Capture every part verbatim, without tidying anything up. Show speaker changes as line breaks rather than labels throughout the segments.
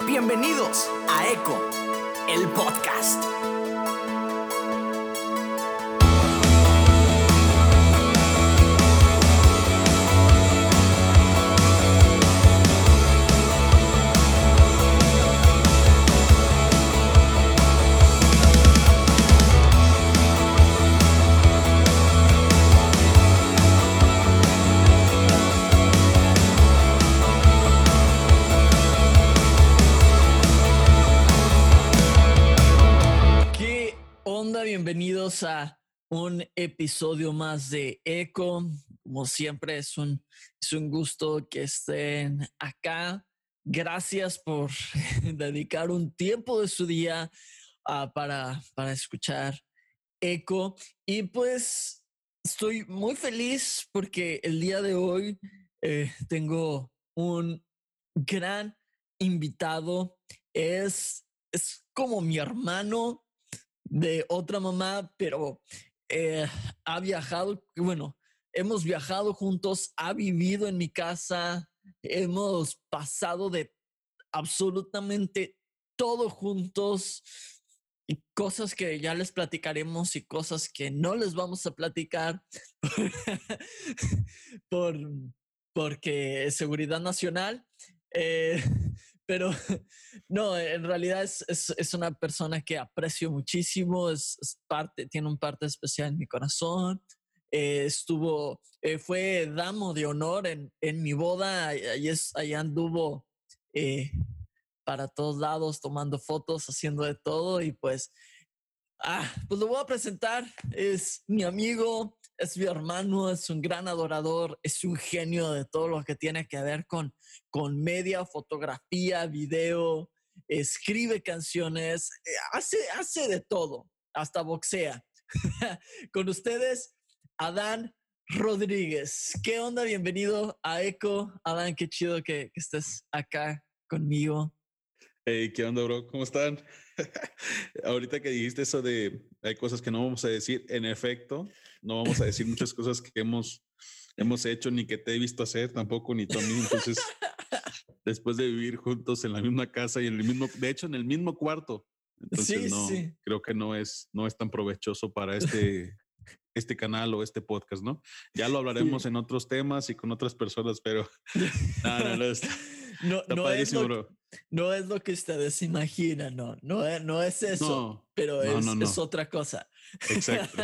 Bienvenidos a Eco, el podcast. Bienvenidos a un episodio más de Eco. Como siempre, es un, es un gusto que estén acá. Gracias por dedicar un tiempo de su día uh, para, para escuchar Eco. Y pues estoy muy feliz porque el día de hoy eh, tengo un gran invitado. Es, es como mi hermano de otra mamá, pero eh, ha viajado, bueno, hemos viajado juntos, ha vivido en mi casa, hemos pasado de absolutamente todo juntos, y cosas que ya les platicaremos y cosas que no les vamos a platicar por, porque es seguridad nacional. Eh, pero no, en realidad es, es, es una persona que aprecio muchísimo, es, es parte, tiene un parte especial en mi corazón. Eh, estuvo, eh, fue damo de honor en, en mi boda, ahí, es, ahí anduvo eh, para todos lados, tomando fotos, haciendo de todo. Y pues, ah, pues lo voy a presentar. Es mi amigo, es mi hermano, es un gran adorador, es un genio de todo lo que tiene que ver con, con media, fotografía, video, escribe canciones, hace, hace de todo, hasta boxea. Con ustedes, Adán Rodríguez. ¿Qué onda? Bienvenido a Eco. Adán, qué chido que, que estés acá conmigo.
Hey, ¿qué onda, bro? ¿Cómo están? Ahorita que dijiste eso de hay cosas que no vamos a decir, en efecto, no vamos a decir muchas cosas que hemos, hemos hecho ni que te he visto hacer tampoco, ni tú a mí. Entonces, después de vivir juntos en la misma casa y en el mismo, de hecho, en el mismo cuarto, entonces
Sí,
no,
sí.
creo que no es, no es tan provechoso para este, este canal o este podcast, ¿no? Ya lo hablaremos
Sí.
en otros temas y con otras personas, pero no, no, no, está,
no,
está
no, es
padrísimo,
lo que,
bro.
no es lo que ustedes imaginan, no, no es, no es eso,
No,
pero
no,
es,
no,
es
no.
otra cosa.
Exacto.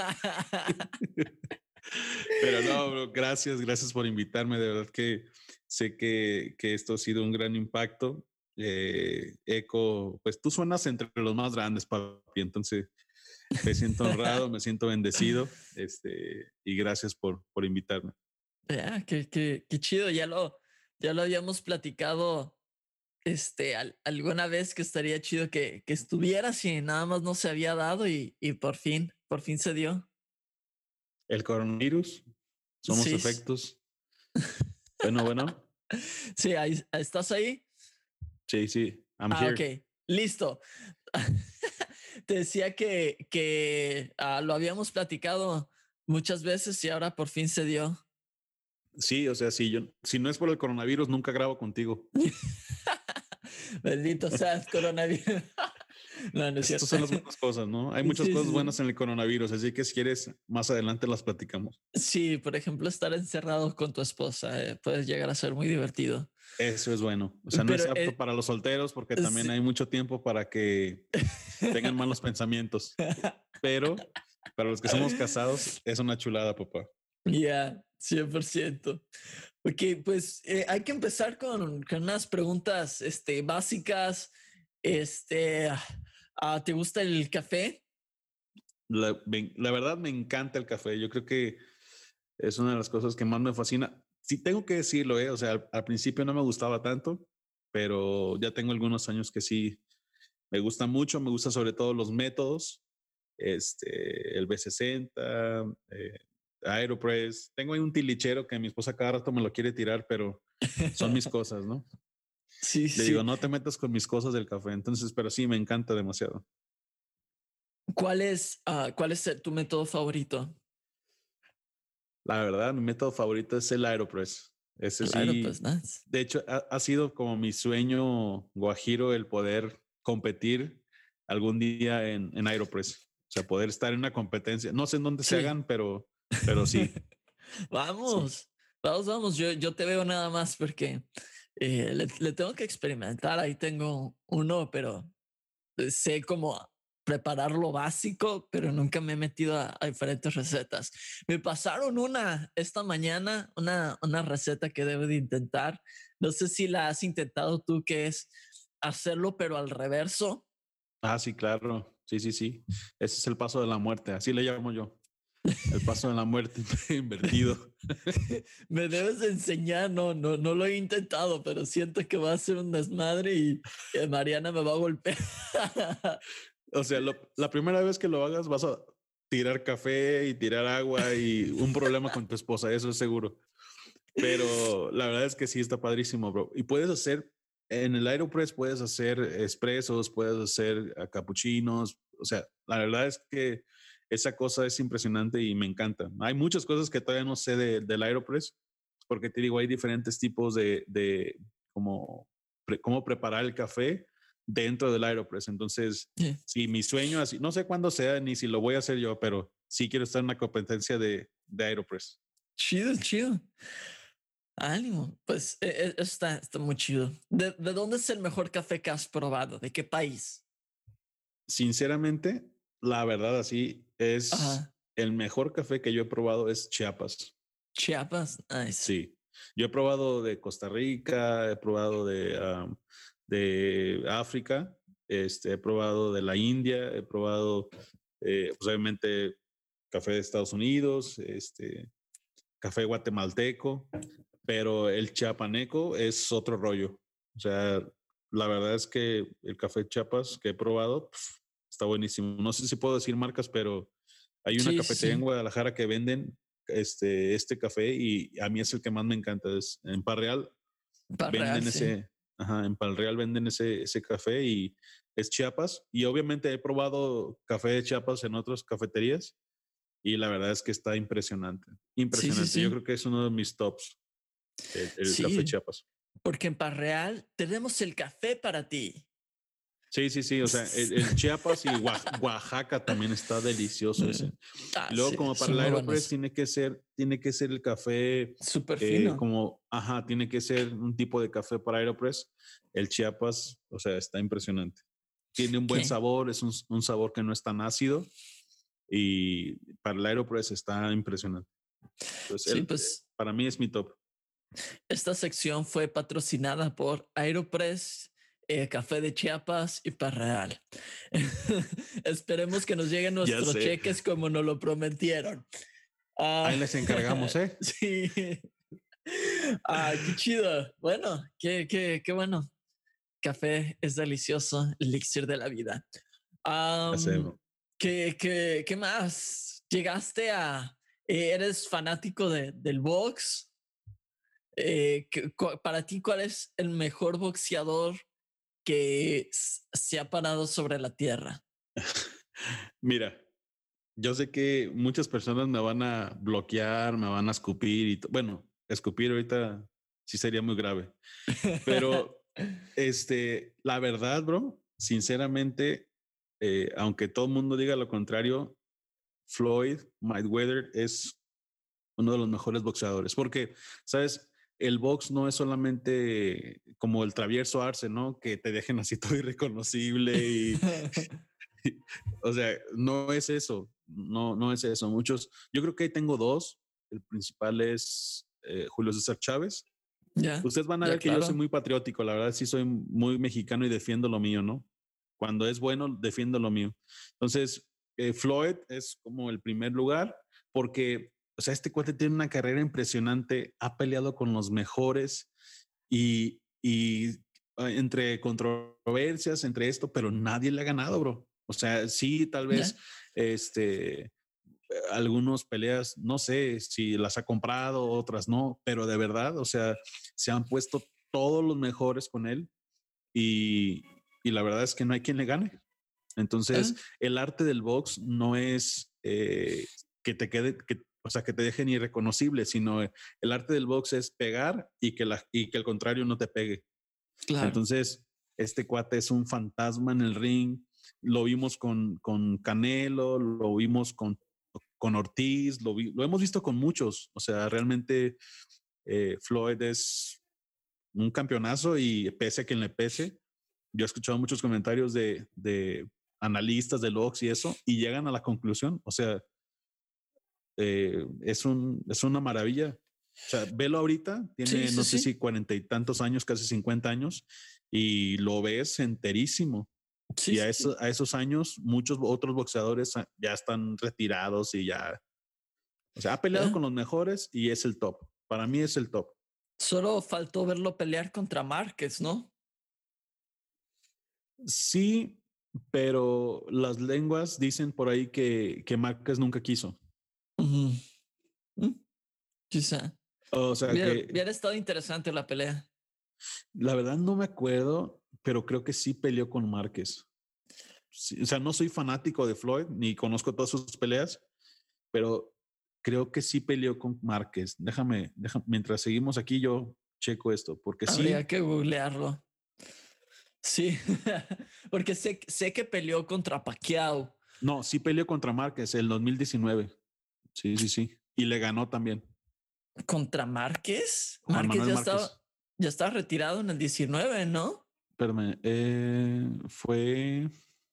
Pero no, bro, gracias, gracias por invitarme. De verdad que sé que, que esto ha sido un gran impacto. Eh, Eco, pues tú suenas entre los más grandes, papi. Entonces me siento honrado, me siento bendecido. Este, y gracias por, por invitarme.
Ya, qué, qué, qué chido, ya lo, ya lo habíamos platicado este, al, alguna vez que estaría chido que, que estuvieras y nada más no se había dado y, y por fin, por fin se dio.
El coronavirus, son los
Sí,
efectos. Bueno, bueno.
sí, ahí, ¿estás ahí?
Sí, sí, I'm
Ah, ok,
here.
listo. Te decía que, que uh, lo habíamos platicado muchas veces y ahora por fin se dio.
Sí, o sea, si yo, si no es por el coronavirus, nunca grabo contigo.
Bendito sea el coronavirus. No, no es
Estas
cierto.
son las buenas cosas, ¿no? Hay muchas
Sí,
cosas
sí,
buenas
sí.
en el coronavirus, así que si quieres, más adelante las platicamos.
Sí, por ejemplo, estar encerrado con tu esposa eh, puede llegar a ser muy divertido.
Eso es bueno. O sea, no
Pero
es apto
eh,
para los solteros porque también
sí.
hay mucho tiempo para que tengan malos pensamientos. Pero para los que somos casados, es una chulada, papá.
Ya, yeah, cien por ciento. Ok, pues eh, hay que empezar con, con unas preguntas este, básicas. Este, uh, ¿te gusta el café?
La, la verdad me encanta el café. Yo creo que es una de las cosas que más me fascina. Sí, tengo que decirlo, ¿eh? O sea, al, al principio no me gustaba tanto, pero ya tengo algunos años que sí me gusta mucho. Me gustan sobre todo los métodos, este, el B sesenta, eh, Aeropress. Tengo ahí un tilichero que mi esposa cada rato me lo quiere tirar, pero son mis cosas, ¿no?
Sí,
Le digo,
sí.
no te metas con mis cosas del café. Entonces, pero sí, me encanta demasiado.
¿Cuál es, uh, ¿cuál es tu método favorito?
La verdad, mi método favorito es el Aeropress. Ese
Claro,
sí,
pues nice.
de hecho, ha, ha sido como mi sueño guajiro el poder competir algún día en, en Aeropress. O sea, poder estar en una competencia. No sé en dónde se
Sí.
hagan, pero, pero sí, sí.
Vamos, vamos, vamos. Yo, yo te veo nada más porque eh, le, le tengo que experimentar. Ahí tengo uno, pero sé cómo preparar lo básico, pero nunca me he metido a, a diferentes recetas. Me pasaron una esta mañana, una, una receta que debo de intentar. No sé si la has intentado tú, que es hacerlo, pero al reverso.
Ah, sí, claro. Sí, sí, sí. Ese es el paso de la muerte. Así le llamo yo. El paso de la muerte invertido.
Me debes de enseñar, no, no, no lo he intentado, pero siento que va a ser un desmadre y que Mariana me va a golpear.
O sea, lo, la primera vez que lo hagas vas a tirar café y tirar agua y un problema con tu esposa, eso es seguro. Pero la verdad es que sí está padrísimo, bro. Y puedes hacer, en el Aeropress puedes hacer expresos, puedes hacer uh, capuchinos. O sea, la verdad es que esa cosa es impresionante y me encanta. Hay muchas cosas que todavía no sé de, del Aeropress, porque te digo, hay diferentes tipos de, de como, pre, cómo preparar el café dentro del Aeropress. Entonces, sí, mi sueño así, no sé cuándo sea ni si lo voy a hacer yo, pero sí quiero estar en una competencia de, de Aeropress.
Chido, chido. Ánimo. Pues eh, eh, está, está muy chido. ¿De, ¿De dónde es el mejor café que has probado? ¿De qué país?
Sinceramente, la verdad así es
Ajá.
el mejor café que yo he probado es Chiapas.
Chiapas. Nice.
Sí, yo he probado de Costa Rica, he probado de, um, de África, este, he probado de la India, he probado, eh, pues obviamente, café de Estados Unidos, este, café guatemalteco, pero el chiapaneco es otro rollo. O sea, la verdad es que el café Chiapas que he probado pf, está buenísimo. No sé si puedo decir marcas, pero hay una
Sí, sí,
cafetería en
sí.
Guadalajara que venden este, este café y a mí es el que más me encanta. Es, en Parreal
Para real,
venden
sí.
ese, ajá, en Parreal venden ese, ese café y es Chiapas. Y obviamente he probado café de Chiapas en otras cafeterías y la verdad es que está impresionante.
Sí, sí,
Impresionante. Yo
sí.
creo que es uno de mis tops, el, el café
Sí,
Chiapas.
porque en Parreal tenemos el café para ti.
Sí, sí, sí. O sea, el, el Chiapas y Oaxaca también está delicioso ese.
Ah,
Y luego,
sí,
como para
son
el
muy
Aeropress,
buenos.
tiene que ser, tiene que ser el café,
Súper
eh,
fino.
como, ajá, tiene que ser un tipo de café para Aeropress. El Chiapas, o sea, está impresionante. Tiene un buen
¿Qué?
sabor, es un, un sabor que no es tan ácido y para el Aeropress está impresionante. Entonces,
Sí,
él, eh,
pues
para mí es mi top.
esta sección fue patrocinada por Aeropress, eh, Café de Chiapas y Parreal. Esperemos que nos lleguen
Ya
nuestros
sé.
cheques como nos lo prometieron. Ah,
Ahí les encargamos, ¿eh?
sí. Ah, qué chido. Bueno, qué, qué, qué bueno. Café es delicioso, elixir de la vida.
Ya sé,
Um,
bro.
¿qué, qué, ¿Qué más? ¿Llegaste a... eh, ¿Eres fanático de, del box? Eh, ¿qué- cu- para ti, ¿cuál es el mejor boxeador que s- se ha parado sobre la tierra?
Mira, yo sé que muchas personas me van a bloquear, me van a escupir y bueno, escupir ahorita sí sería muy grave, pero este, la verdad, bro, sinceramente, eh, aunque todo el mundo diga lo contrario, Floyd Mayweather es uno de los mejores boxeadores, porque, sabes, el box no es solamente como el Travieso Arce, ¿no? Que te dejen así todo irreconocible y o sea, no es eso, no, no es eso. Muchos, yo creo que ahí tengo dos. El principal es eh, Julio César Chávez.
Ya,
Ustedes van a
ya,
ver que yo soy
claro.
muy patriótico, la verdad sí soy muy mexicano y defiendo lo mío, ¿no? Cuando es bueno, defiendo lo mío. Entonces, eh, Floyd es como el primer lugar porque, o sea, este cuate tiene una carrera impresionante, ha peleado con los mejores y, y eh, entre controversias, entre esto, pero nadie le ha ganado, bro. O sea, sí, tal vez
Ya,
este, algunos peleas, no sé si las ha comprado, otras no, pero de verdad, o sea, se han puesto todos los mejores con él y, y la verdad es que no hay quien le gane. Entonces,
ya.
el arte del box no es eh, que te quede, que, o sea, que te dejen irreconocible, sino el arte del box es pegar y que, la, y que el contrario no te pegue.
Claro.
Entonces, este cuate es un fantasma en el ring. Lo vimos con, con Canelo, lo vimos con, con Ortiz, lo, vi, lo hemos visto con muchos. O sea, realmente eh, Floyd es un campeonazo y pese a quien le pese, yo he escuchado muchos comentarios de, de analistas del box y eso, y llegan a la conclusión, o sea, eh, es, un, es una maravilla. O sea, velo ahorita, tiene
Sí, sí,
no sé
sí.
si cuarenta y tantos años, casi cincuenta años, y lo ves enterísimo.
Sí,
Y a,
sí.
eso, a esos años, muchos otros boxeadores ya están retirados y ya, o sea, ha peleado
Yeah.
con los mejores y es el top. Para mí es el top.
Solo faltó verlo pelear contra Márquez, ¿no?
Sí, pero las lenguas dicen por ahí que, que Márquez nunca quiso.
Uh-huh. ¿Mm? Quizá.
O sea
Hubiera,
que
hubiera estado interesante la pelea.
la verdad no me acuerdo, pero creo que sí peleó con Márquez. Sí, o sea, no soy fanático de Floyd ni conozco todas sus peleas, pero creo que sí peleó con Márquez. Déjame, déjame mientras seguimos aquí, yo checo esto, porque
Habría
sí.
que googlearlo. Sí, porque sé, sé que peleó contra Pacquiao.
No, sí peleó contra Márquez el dos mil diecinueve. Sí, sí, sí. Y le ganó también.
¿Contra Márquez?
Juan
Márquez
Manuel
ya estaba,
Márquez.
ya estaba retirado en el diecinueve, ¿no?
Espérame, eh, fue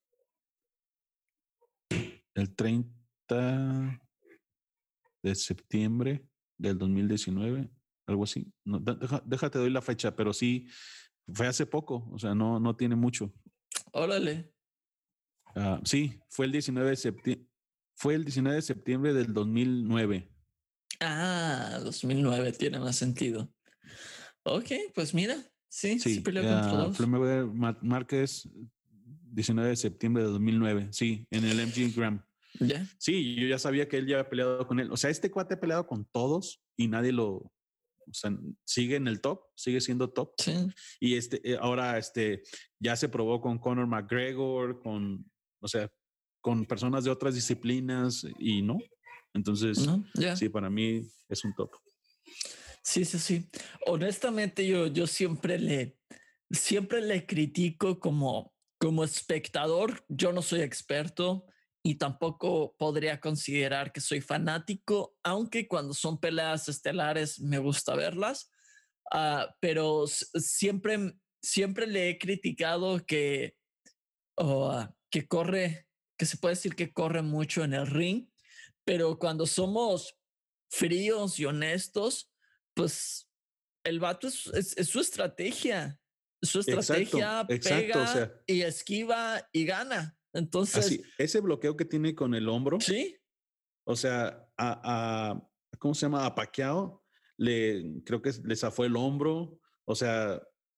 el treinta de septiembre del dos mil diecinueve, algo así. No, deja, déjate doy la fecha, pero sí, fue hace poco, o sea, no, no tiene mucho.
Órale.
Uh, sí, fue el diecinueve de septiembre. Fue el diecinueve de septiembre del dos mil nueve.
Ah, dos mil nueve tiene más sentido. Ok, pues mira, sí, sí
Sí,
peleó contra
uh,
dos.
Floyd Márquez, diecinueve de septiembre de dos mil nueve. Sí, en el M G Gram.
Ya. Yeah.
Sí, yo ya sabía que él ya había peleado con él. O sea, este cuate ha peleado con todos y nadie lo, o sea, sigue en el top, sigue siendo top.
Sí.
Y este, ahora este, ya se probó con Conor McGregor, con, o sea, con personas de otras disciplinas y no. Entonces,
¿No? Yeah.
sí, para mí es un top.
Sí, sí, sí. Honestamente, yo, yo siempre le, siempre le critico como, como espectador. Yo no soy experto y tampoco podría considerar que soy fanático, aunque cuando son peleas estelares me gusta verlas. Uh, pero siempre, siempre le he criticado que, uh, que corre, que se puede decir que corre mucho en el ring, pero cuando somos fríos y honestos, pues el vato es, es, es su estrategia. Su
Exacto,
estrategia
exacto. O
pega
sea,
y esquiva y gana. Entonces,
así, ese bloqueo que tiene con el hombro,
sí,
o sea, a, a ¿cómo se llama? A Pacquiao, le, creo que le zafó el hombro, o sea,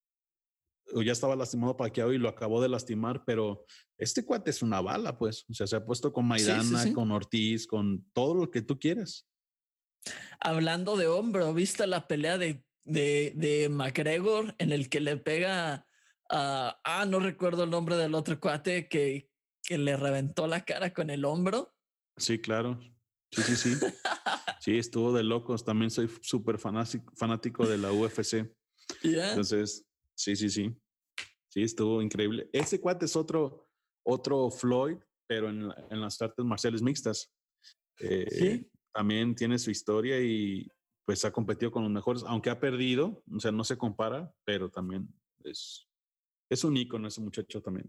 o ya estaba lastimado Pacquiao y lo acabó de lastimar, pero este cuate es una bala, pues, o sea, se ha puesto con
sí, sí,
Maidana,
sí.
con Ortiz, con todo lo que tú quieras.
Hablando de hombro, ¿viste la pelea de, de, de McGregor en el que le pega a, ah, no recuerdo el nombre del otro cuate que, que le reventó la cara con el hombro?
Sí, claro. Sí, sí, sí. Sí, estuvo de locos. También soy súper fanático de la U F C.
Yeah.
Entonces, sí, sí, sí. Sí, estuvo increíble. Ese cuate es otro, otro Floyd, pero en, en las artes marciales mixtas. Eh,
Sí.
También tiene su historia y pues ha competido con los mejores, aunque ha perdido, o sea, no se compara, pero también es, es un ícono ese muchacho también.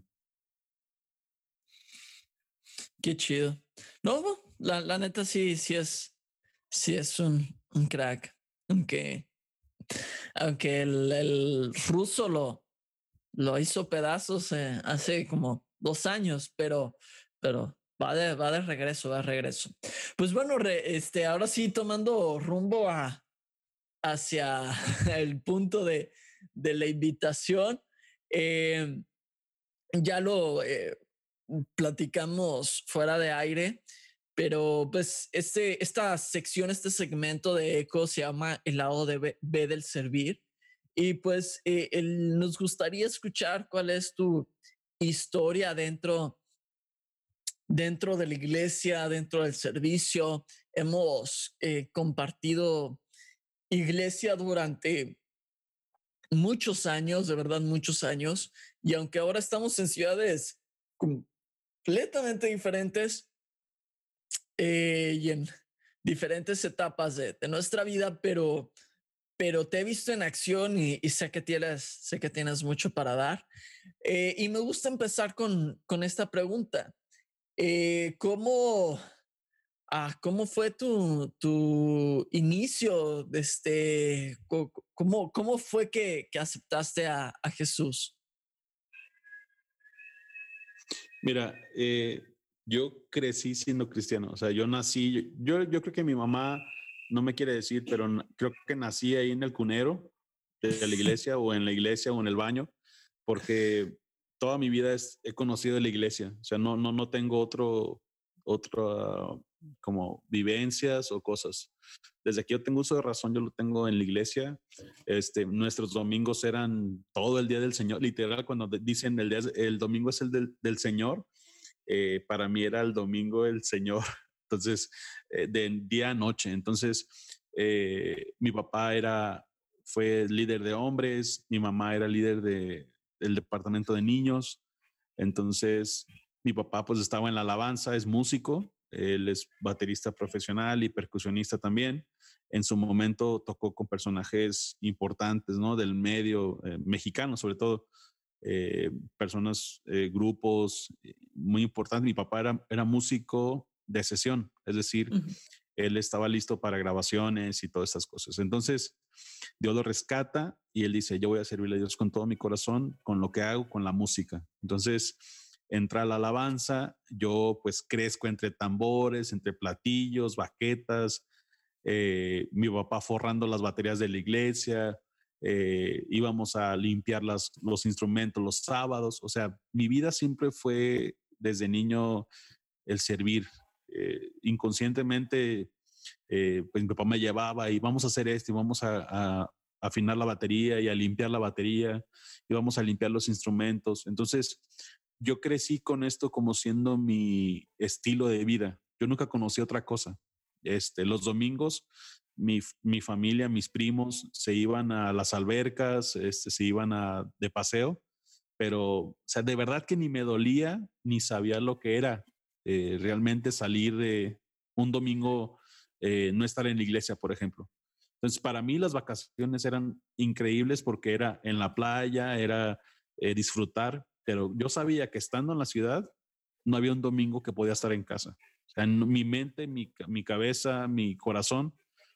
Qué chido. No, la, la neta sí, sí es, sí es un, un crack. Aunque, aunque el, el ruso lo, lo hizo pedazos eh, hace como dos años, pero, pero va de, va de regreso, va de regreso. Pues bueno, re, este, ahora sí tomando rumbo a, hacia el punto de, de la invitación, eh, ya lo eh, platicamos fuera de aire, pero pues este, esta sección, este segmento de Eco se llama el lado de B, B del servir. Y pues eh, el, nos gustaría escuchar cuál es tu historia dentro, dentro de la iglesia, dentro del servicio, hemos eh, compartido iglesia durante muchos años, de verdad muchos años, y aunque ahora estamos en ciudades completamente diferentes eh, y en diferentes etapas de, de nuestra vida, pero, pero te he visto en acción y, y sé, que tienes, sé que tienes mucho para dar. Eh, y me gusta empezar con, con esta pregunta. Eh, ¿cómo, ah, ¿Cómo fue tu, tu inicio de este? ¿Cómo, cómo fue que, que aceptaste a, a Jesús?
Mira, eh, yo crecí siendo cristiano, o sea, yo nací, yo, yo creo que mi mamá no me quiere decir, pero n- creo que nací ahí en el cunero de la iglesia o en la iglesia o en el baño, porque toda mi vida es, he conocido la iglesia, o sea, no, no, no tengo otro, otro, ah, como vivencias o cosas. Desde que yo tengo uso de razón, yo lo tengo en la iglesia. Este, nuestros domingos eran todo el día del Señor, literal, cuando dicen el, día, el domingo es el del, del Señor, eh, para mí era el domingo el Señor, entonces, eh, de día a noche. Entonces, eh, mi papá era, fue líder de hombres, mi mamá era líder de, del departamento de niños, entonces mi papá pues estaba en la alabanza, es músico, él es baterista profesional y percusionista también. En su momento tocó con personajes importantes, ¿no? Del medio eh, mexicano, sobre todo. Eh, personas, eh, grupos eh, muy importantes. Mi papá era, era músico de sesión, es decir,
Ujú.
él estaba listo para grabaciones y todas estas cosas. Entonces, Dios lo rescata y él dice, yo voy a servirle a Dios con todo mi corazón, con lo que hago, con la música. Entonces, entra la alabanza, yo pues crezco entre tambores, entre platillos, baquetas, eh, mi papá forrando las baterías de la iglesia, eh, íbamos a limpiar las, los instrumentos los sábados, o sea, mi vida siempre fue desde niño el servir. Eh, inconscientemente, eh, pues mi papá me llevaba y vamos a hacer esto y vamos a, a afinar la batería y a limpiar la batería y vamos a limpiar los instrumentos. Entonces, yo crecí con esto como siendo mi estilo de vida. Yo nunca conocí otra cosa. Este, los domingos, mi, mi familia, mis primos se iban a las albercas, este, se iban a, de paseo, pero, o sea, de verdad que ni me dolía ni sabía lo que era eh, realmente salir de un domingo, eh, no estar en la iglesia, por ejemplo. Entonces, para mí las vacaciones eran increíbles porque era en la playa, era eh, disfrutar, pero yo sabía que estando en la ciudad no había un domingo que podía estar en casa. O sea, en mi mente, mi, mi cabeza, mi corazón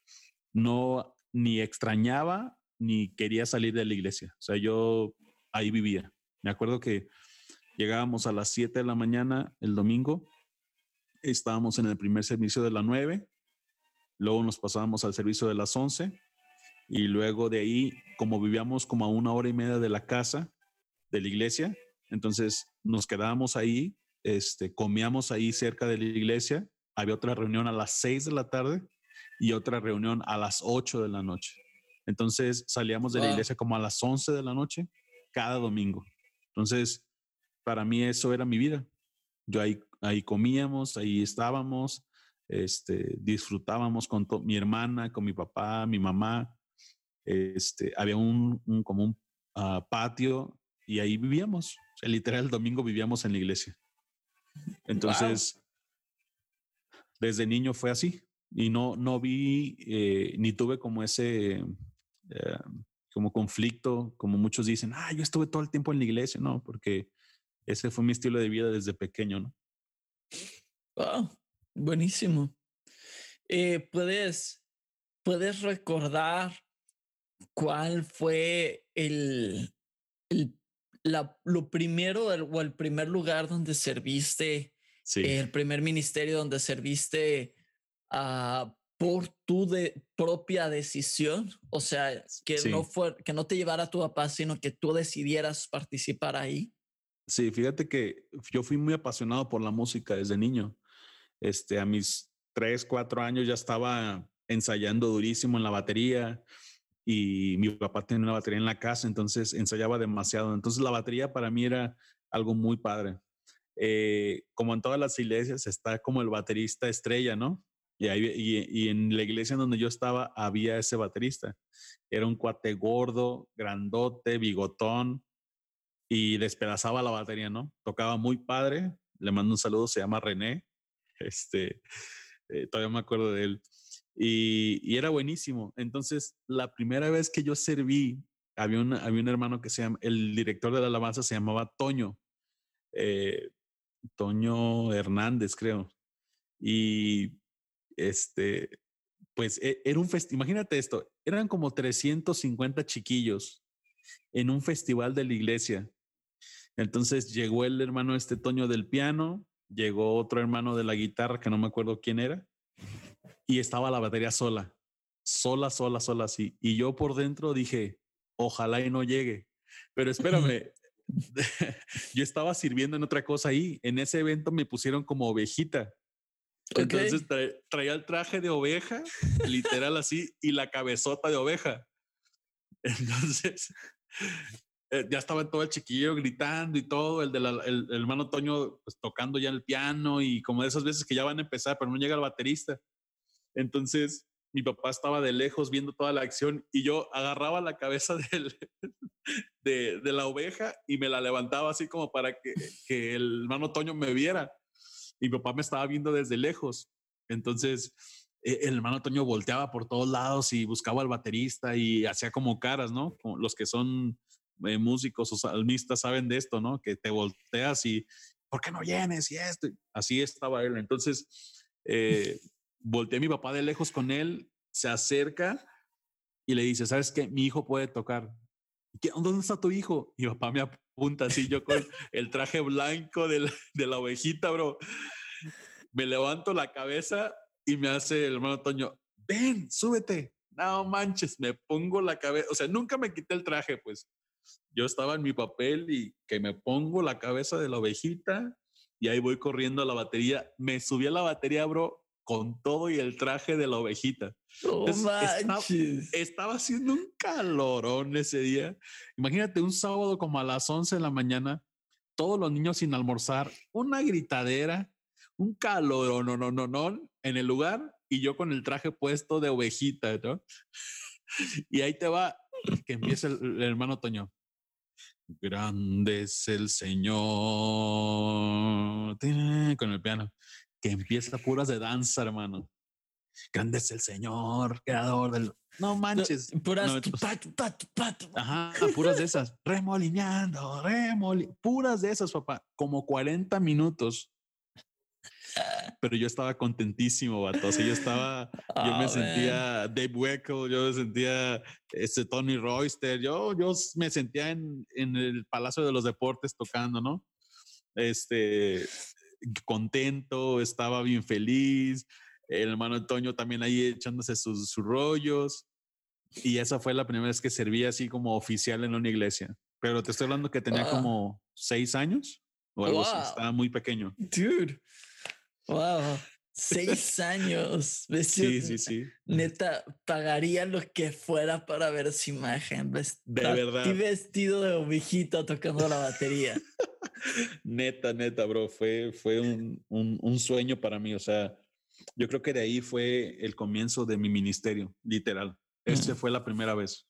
no ni extrañaba ni quería salir de la iglesia. O sea, yo ahí vivía. Me acuerdo que llegábamos a las siete de la mañana el domingo, estábamos en el primer servicio de las nueve, luego nos pasábamos al servicio de las once y luego de ahí, como vivíamos como a una hora y media de la casa, de la iglesia, entonces nos quedábamos ahí, este, comíamos ahí cerca de la iglesia, había otra reunión a las seis de la tarde y otra reunión a las ocho de la noche. Entonces salíamos de la
Wow.
iglesia como a las once de la noche cada domingo. Entonces, para mí eso era mi vida. Yo ahí, ahí comíamos, ahí estábamos, este, disfrutábamos con to- mi hermana, con mi papá, mi mamá. Este, había un, un como un uh, patio y ahí vivíamos. O sea, literal, el domingo vivíamos en la iglesia.
Wow.
Entonces, desde niño fue así y no, no vi eh, ni tuve como ese eh, como conflicto, como muchos dicen, ah, yo estuve todo el tiempo en la iglesia, no, porque ese fue mi estilo de vida desde pequeño, ¿no?
Wow. Buenísimo. Eh, ¿puedes, ¿Puedes recordar cuál fue el, el la, lo primero el, o el primer lugar donde serviste,
Sí,
el primer ministerio donde serviste uh, por tu de, propia decisión? O sea, que no
sí.
fue, que no te llevara tu papá, sino que tú decidieras participar ahí.
Sí, fíjate que yo fui muy apasionado por la música desde niño. Este, a mis tres, cuatro años ya estaba ensayando durísimo en la batería y mi papá tenía una batería en la casa, entonces ensayaba demasiado. Entonces la batería para mí era algo muy padre. Eh, como en todas las iglesias está como el baterista estrella, ¿no? Y, ahí, y, y en la iglesia en donde yo estaba había ese baterista. Era un cuate gordo, grandote, bigotón y despedazaba la batería, ¿no? Tocaba muy padre. Le mando un saludo, se llama René. Este, eh, todavía me acuerdo de él. Y, y era buenísimo. Entonces, la primera vez que yo serví, había, una, había un hermano que se llama, el director de la alabanza se llamaba Toño, eh, Toño Hernández, creo. Y este, pues e, era un festival, imagínate esto, eran como trescientos cincuenta chiquillos en un festival de la iglesia. Entonces llegó el hermano este Toño del piano, llegó otro hermano de la guitarra que no me acuerdo quién era, y estaba la batería sola, sola, sola, sola así. Y yo por dentro dije, ojalá y no llegue. Pero espérame, yo estaba sirviendo en otra cosa ahí. En ese evento me pusieron como ovejita. Entonces okay. tra traía el traje de oveja, literal así, y la cabezota de oveja. Entonces eh, ya estaba todo el chiquillo gritando y todo, el, de la, el, el hermano Toño pues, tocando ya el piano y como de esas veces que ya van a empezar, pero no llega el baterista. Entonces mi papá estaba de lejos viendo toda la acción y yo agarraba la cabeza del, de, de la oveja y me la levantaba así como para que, que el hermano Toño me viera. Y mi papá me estaba viendo desde lejos. Entonces, eh, el hermano Toño volteaba por todos lados y buscaba al baterista y hacía como caras, ¿no? Como los que son eh, músicos o salmistas saben de esto, ¿no? Que te volteas y, ¿por qué no vienes? Y esto. Así estaba él. Entonces, eh, volteé a mi papá de lejos con él, se acerca y le dice, ¿sabes qué? Mi hijo puede tocar. ¿Qué? ¿Dónde está tu hijo? Y mi papá me apunta así, yo con el traje blanco de la, de la ovejita, bro. Me levanto la cabeza y me hace el hermano Toño, ven, súbete. No manches, me pongo la cabeza. O sea, nunca me quité el traje, pues. Yo estaba en mi papel y que me pongo la cabeza de la ovejita y ahí voy corriendo a la batería. Me subí a la batería, bro, con todo y el traje de la ovejita.
Oh,
Entonces, estaba,
manches.
estaba haciendo un calorón ese día. Imagínate un sábado como a las once de la mañana, todos los niños sin almorzar, una gritadera, un calor, no, no, no, no, en el lugar y yo con el traje puesto de ovejita, ¿no? Y ahí te va, que empieza el, el hermano Toño. Grande es el Señor. Con el piano. Que empieza puras de danza, hermano. Grande es el Señor, creador del... No manches.
No, puras...
No, pat, pat, pat. Ajá, puras de esas. Remolineando, remoli... Puras de esas, papá. Como cuarenta minutos. Pero yo estaba contentísimo, vato. O sea, yo estaba, oh, yo me man. sentía Dave Weckl, yo me sentía este Tony Royster, yo, yo me sentía en, en el Palacio de los Deportes tocando, ¿no? Este, contento, estaba bien feliz. El hermano Antonio también ahí echándose sus, sus rollos. Y esa fue la primera vez que serví así como oficial en una iglesia. Pero te estoy hablando que tenía wow. como seis años o algo wow. así. Estaba muy pequeño.
Dude. Wow, seis años.
Sí, sí, sí.
Neta, pagaría lo que fuera para ver su imagen. Vest
de verdad.
Y vestido de ovejita tocando la batería.
Neta, neta, bro. Fue, fue un, un, un sueño para mí. O sea, yo creo que de ahí fue el comienzo de mi ministerio, literal. Ese mm. fue la primera vez.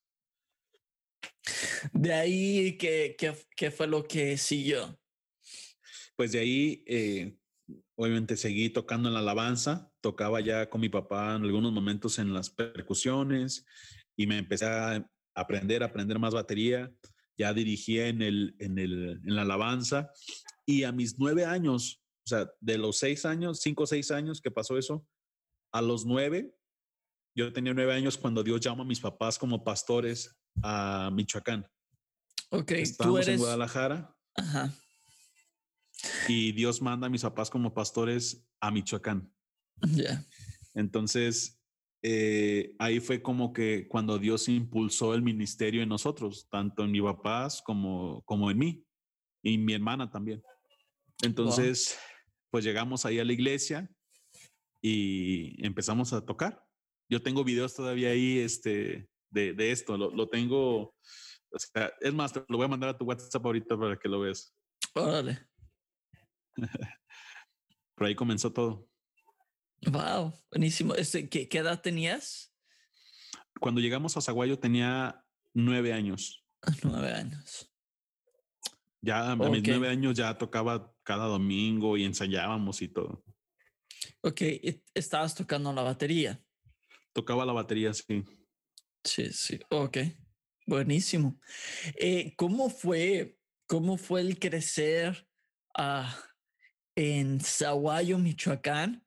De ahí, ¿qué, qué, qué fue lo que siguió?
Pues de ahí... Eh, obviamente seguí tocando en la alabanza, tocaba ya con mi papá en algunos momentos en las percusiones y me empecé a aprender, a aprender más batería, ya dirigía en, el, en, el, en la alabanza y a mis nueve años, o sea, de los seis años, cinco o seis años que pasó eso, a los nueve, yo tenía nueve años cuando Dios llama a mis papás como pastores a Michoacán.
Ok,
estábamos
tú eres...
en Guadalajara.
Ajá.
Y Dios manda a mis papás como pastores a Michoacán.
Ya. Yeah.
Entonces, eh, ahí fue como que cuando Dios impulsó el ministerio en nosotros, tanto en mis papás como, como en mí y mi hermana también. Entonces, wow. pues llegamos ahí a la iglesia y empezamos a tocar. Yo tengo videos todavía ahí este, de, de esto, lo, lo tengo, o sea, es más, te lo voy a mandar a tu WhatsApp ahorita para que lo veas.
Órale.
Por ahí comenzó todo.
Wow, buenísimo. Este, ¿qué, ¿Qué edad tenías?
Cuando llegamos a Zaguayo tenía nueve años.
Nueve años.
Ya a mis
Ok,
nueve años ya tocaba cada domingo y ensayábamos y todo.
ok. y Estabas tocando la batería.
Tocaba la batería, sí.
Sí, sí. Ok, buenísimo. Eh, ¿cómo fue, cómo fue el crecer ah, en Zaguayo, Michoacán,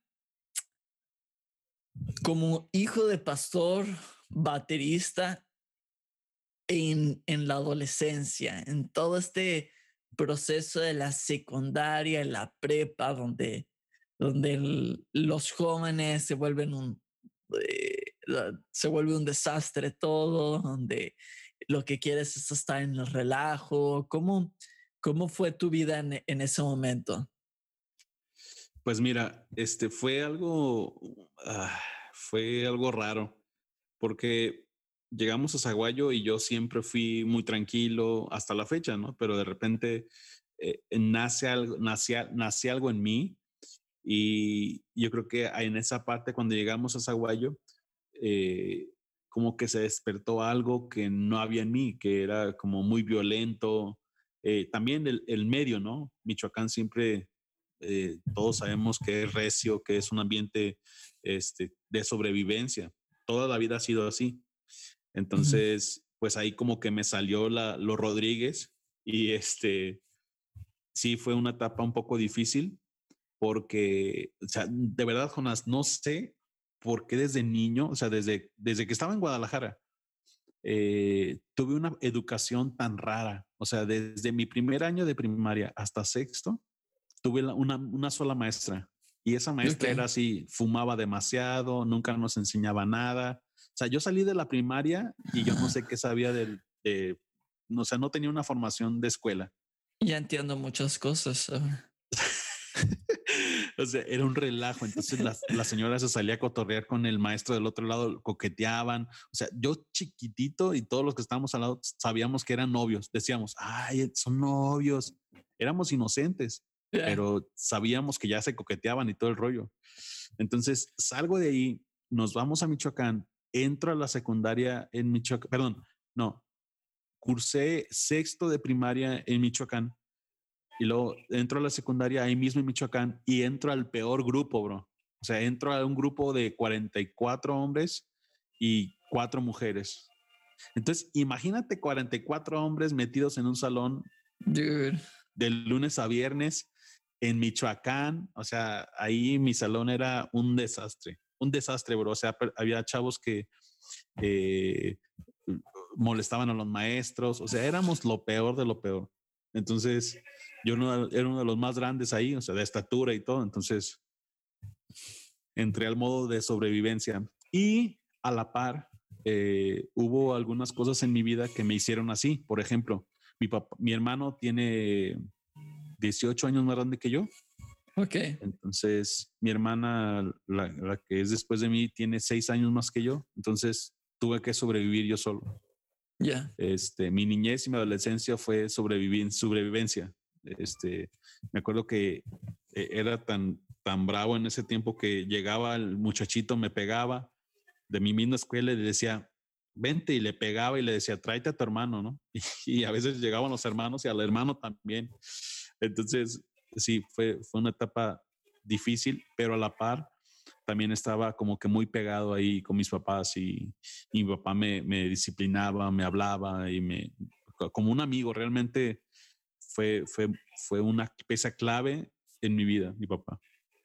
como hijo de pastor, baterista en, en la adolescencia, en todo este proceso de la secundaria, la prepa, donde, donde el- los jóvenes se vuelven un, eh, la- se vuelve un desastre todo, donde lo que quieres es estar en el relajo? ¿Cómo, cómo fue tu vida en, en ese momento?
Pues mira, este fue algo, ah, fue algo raro porque llegamos a Zaguayo y yo siempre fui muy tranquilo hasta la fecha, ¿no? Pero de repente eh, nace algo, nace, nace algo en mí y yo creo que en esa parte cuando llegamos a Zaguayo, eh, como que se despertó algo que no había en mí, que era como muy violento. Eh, también el, el, medio, ¿no? Michoacán siempre, eh, todos sabemos que es recio, que es un ambiente este, de sobrevivencia. Toda la vida ha sido así.
Ujú.
Entonces, pues ahí como que me salió la, los Rodríguez y este, sí fue una etapa un poco difícil porque, o sea, de verdad, Jonás, no sé por qué desde niño, o sea, desde, desde que estaba en Guadalajara, eh, tuve una educación tan rara. O sea, desde mi primer año de primaria hasta sexto, tuve la, una, una sola maestra. Y esa maestra era
Ok.
así, fumaba demasiado, nunca nos enseñaba nada. O sea, yo salí de la primaria y yo no sé qué sabía del, de, o sea, no tenía una formación de escuela.
Ya entiendo muchas cosas. ahora.
O sea, era un relajo. Entonces la, la señora se salía a cotorrear con el maestro del otro lado, coqueteaban. O sea, yo chiquitito y todos los que estábamos al lado sabíamos que eran novios. Decíamos, ay, son novios. Éramos inocentes,
Yeah.
pero sabíamos que ya se coqueteaban y todo el rollo. Entonces salgo de ahí, nos vamos a Michoacán, entro a la secundaria en Michoacán, perdón, no, cursé sexto de primaria en Michoacán y luego entro a la secundaria ahí mismo en Michoacán y entro al peor grupo, bro. O sea, entro a un grupo de cuarenta y cuatro hombres y cuatro mujeres. Entonces, imagínate cuarenta y cuatro hombres metidos en un salón
Dude.
de lunes a viernes en Michoacán. O sea, ahí mi salón era un desastre, un desastre, bro. O sea, había chavos que eh, molestaban a los maestros. O sea, éramos lo peor de lo peor. Entonces, yo no, era uno de los más grandes ahí, o sea, de estatura y todo. Entonces, entré al modo de sobrevivencia y a la par eh, hubo algunas cosas en mi vida que me hicieron así. Por ejemplo, mi, papá, mi hermano tiene dieciocho años más grande que yo.
Ok.
Entonces, mi hermana, la, la que es después de mí, tiene seis años más que yo. Entonces, tuve que sobrevivir yo solo.
Ya. Yeah.
Este, mi niñez y mi adolescencia fue sobrevivir, sobrevivencia. Este, me acuerdo que eh, era tan, tan bravo en ese tiempo que llegaba el muchachito, me pegaba de mi misma escuela y le decía, vente, y le pegaba y le decía, tráete a tu hermano, ¿no? Y, y a veces llegaban los hermanos y al hermano también. Entonces, sí, fue, fue una etapa difícil, pero a la par también estaba como que muy pegado ahí con mis papás y, y mi papá me, me disciplinaba, me hablaba y me, como un amigo, realmente fue, fue, fue una pieza clave en mi vida, mi papá.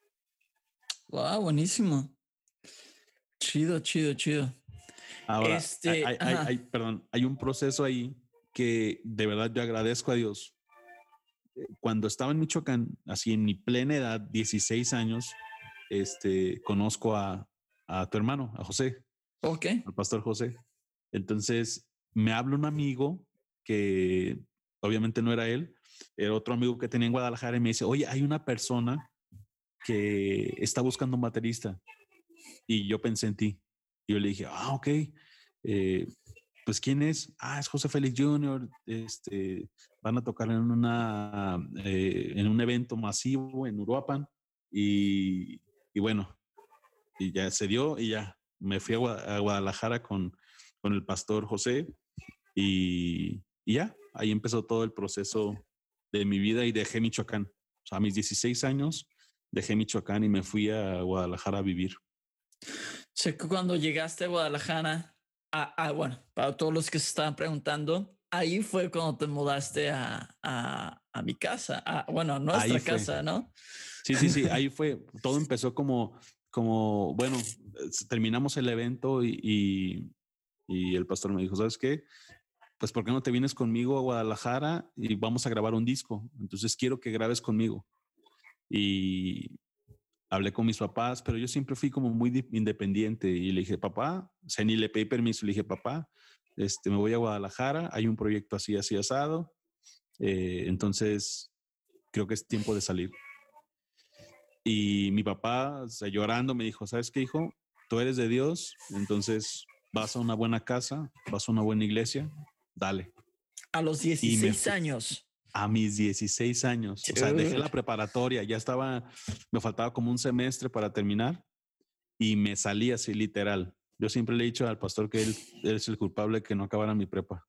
Wow, buenísimo. Chido, chido, chido.
Ahora,
Este,
hay, hay,
ajá.
hay, perdón, hay un proceso ahí que de verdad yo agradezco a Dios. Cuando estaba en Michoacán, así en mi plena edad, dieciséis años, este, conozco a, a tu hermano, a José,
Ok.
al pastor José. Entonces me habla un amigo que obviamente no era él, era otro amigo que tenía en Guadalajara y me dice, oye, hay una persona que está buscando un baterista. Y yo pensé en ti. Y yo le dije, ah, ok. Eh, pues quién es, ah, es José Félix junior Este, van a tocar en una eh, en un evento masivo en Uruapan y, y bueno, y ya se dio y ya me fui a, Gua- a Guadalajara con, con el pastor José y, y ya, ahí empezó todo el proceso de mi vida y dejé Michoacán. O sea, a mis dieciséis años dejé Michoacán y me fui a Guadalajara a vivir.
Sé que cuando llegaste a Guadalajara, ah, ah, bueno, para todos los que se estaban preguntando, ahí fue cuando te mudaste a, a, a mi casa, a, bueno, a
Ahí
nuestra
fue.
casa, ¿no?
Sí, sí, sí, ahí fue. Todo empezó como, como, bueno, terminamos el evento y, y, y el pastor me dijo, ¿sabes qué? Pues, ¿por qué no te vienes conmigo a Guadalajara y vamos a grabar un disco? Entonces quiero que grabes conmigo. Y hablé con mis papás, pero yo siempre fui como muy independiente y le dije, papá, o sea, ni le pedí permiso, le dije, papá, este, me voy a Guadalajara, hay un proyecto así, así, asado. Eh, entonces, creo que es tiempo de salir. Y mi papá, o sea, llorando, me dijo, ¿sabes qué, hijo? Tú eres de Dios, entonces vas a una buena casa, vas a una buena iglesia, dale.
A los
Y me
dieciséis
fui
años.
a mis dieciséis años, o sea, dejé
Dude.
la preparatoria, ya estaba, me faltaba como un semestre para terminar y me salí así literal. Yo siempre le he dicho al pastor que él, él es el culpable de que no acabara mi prepa,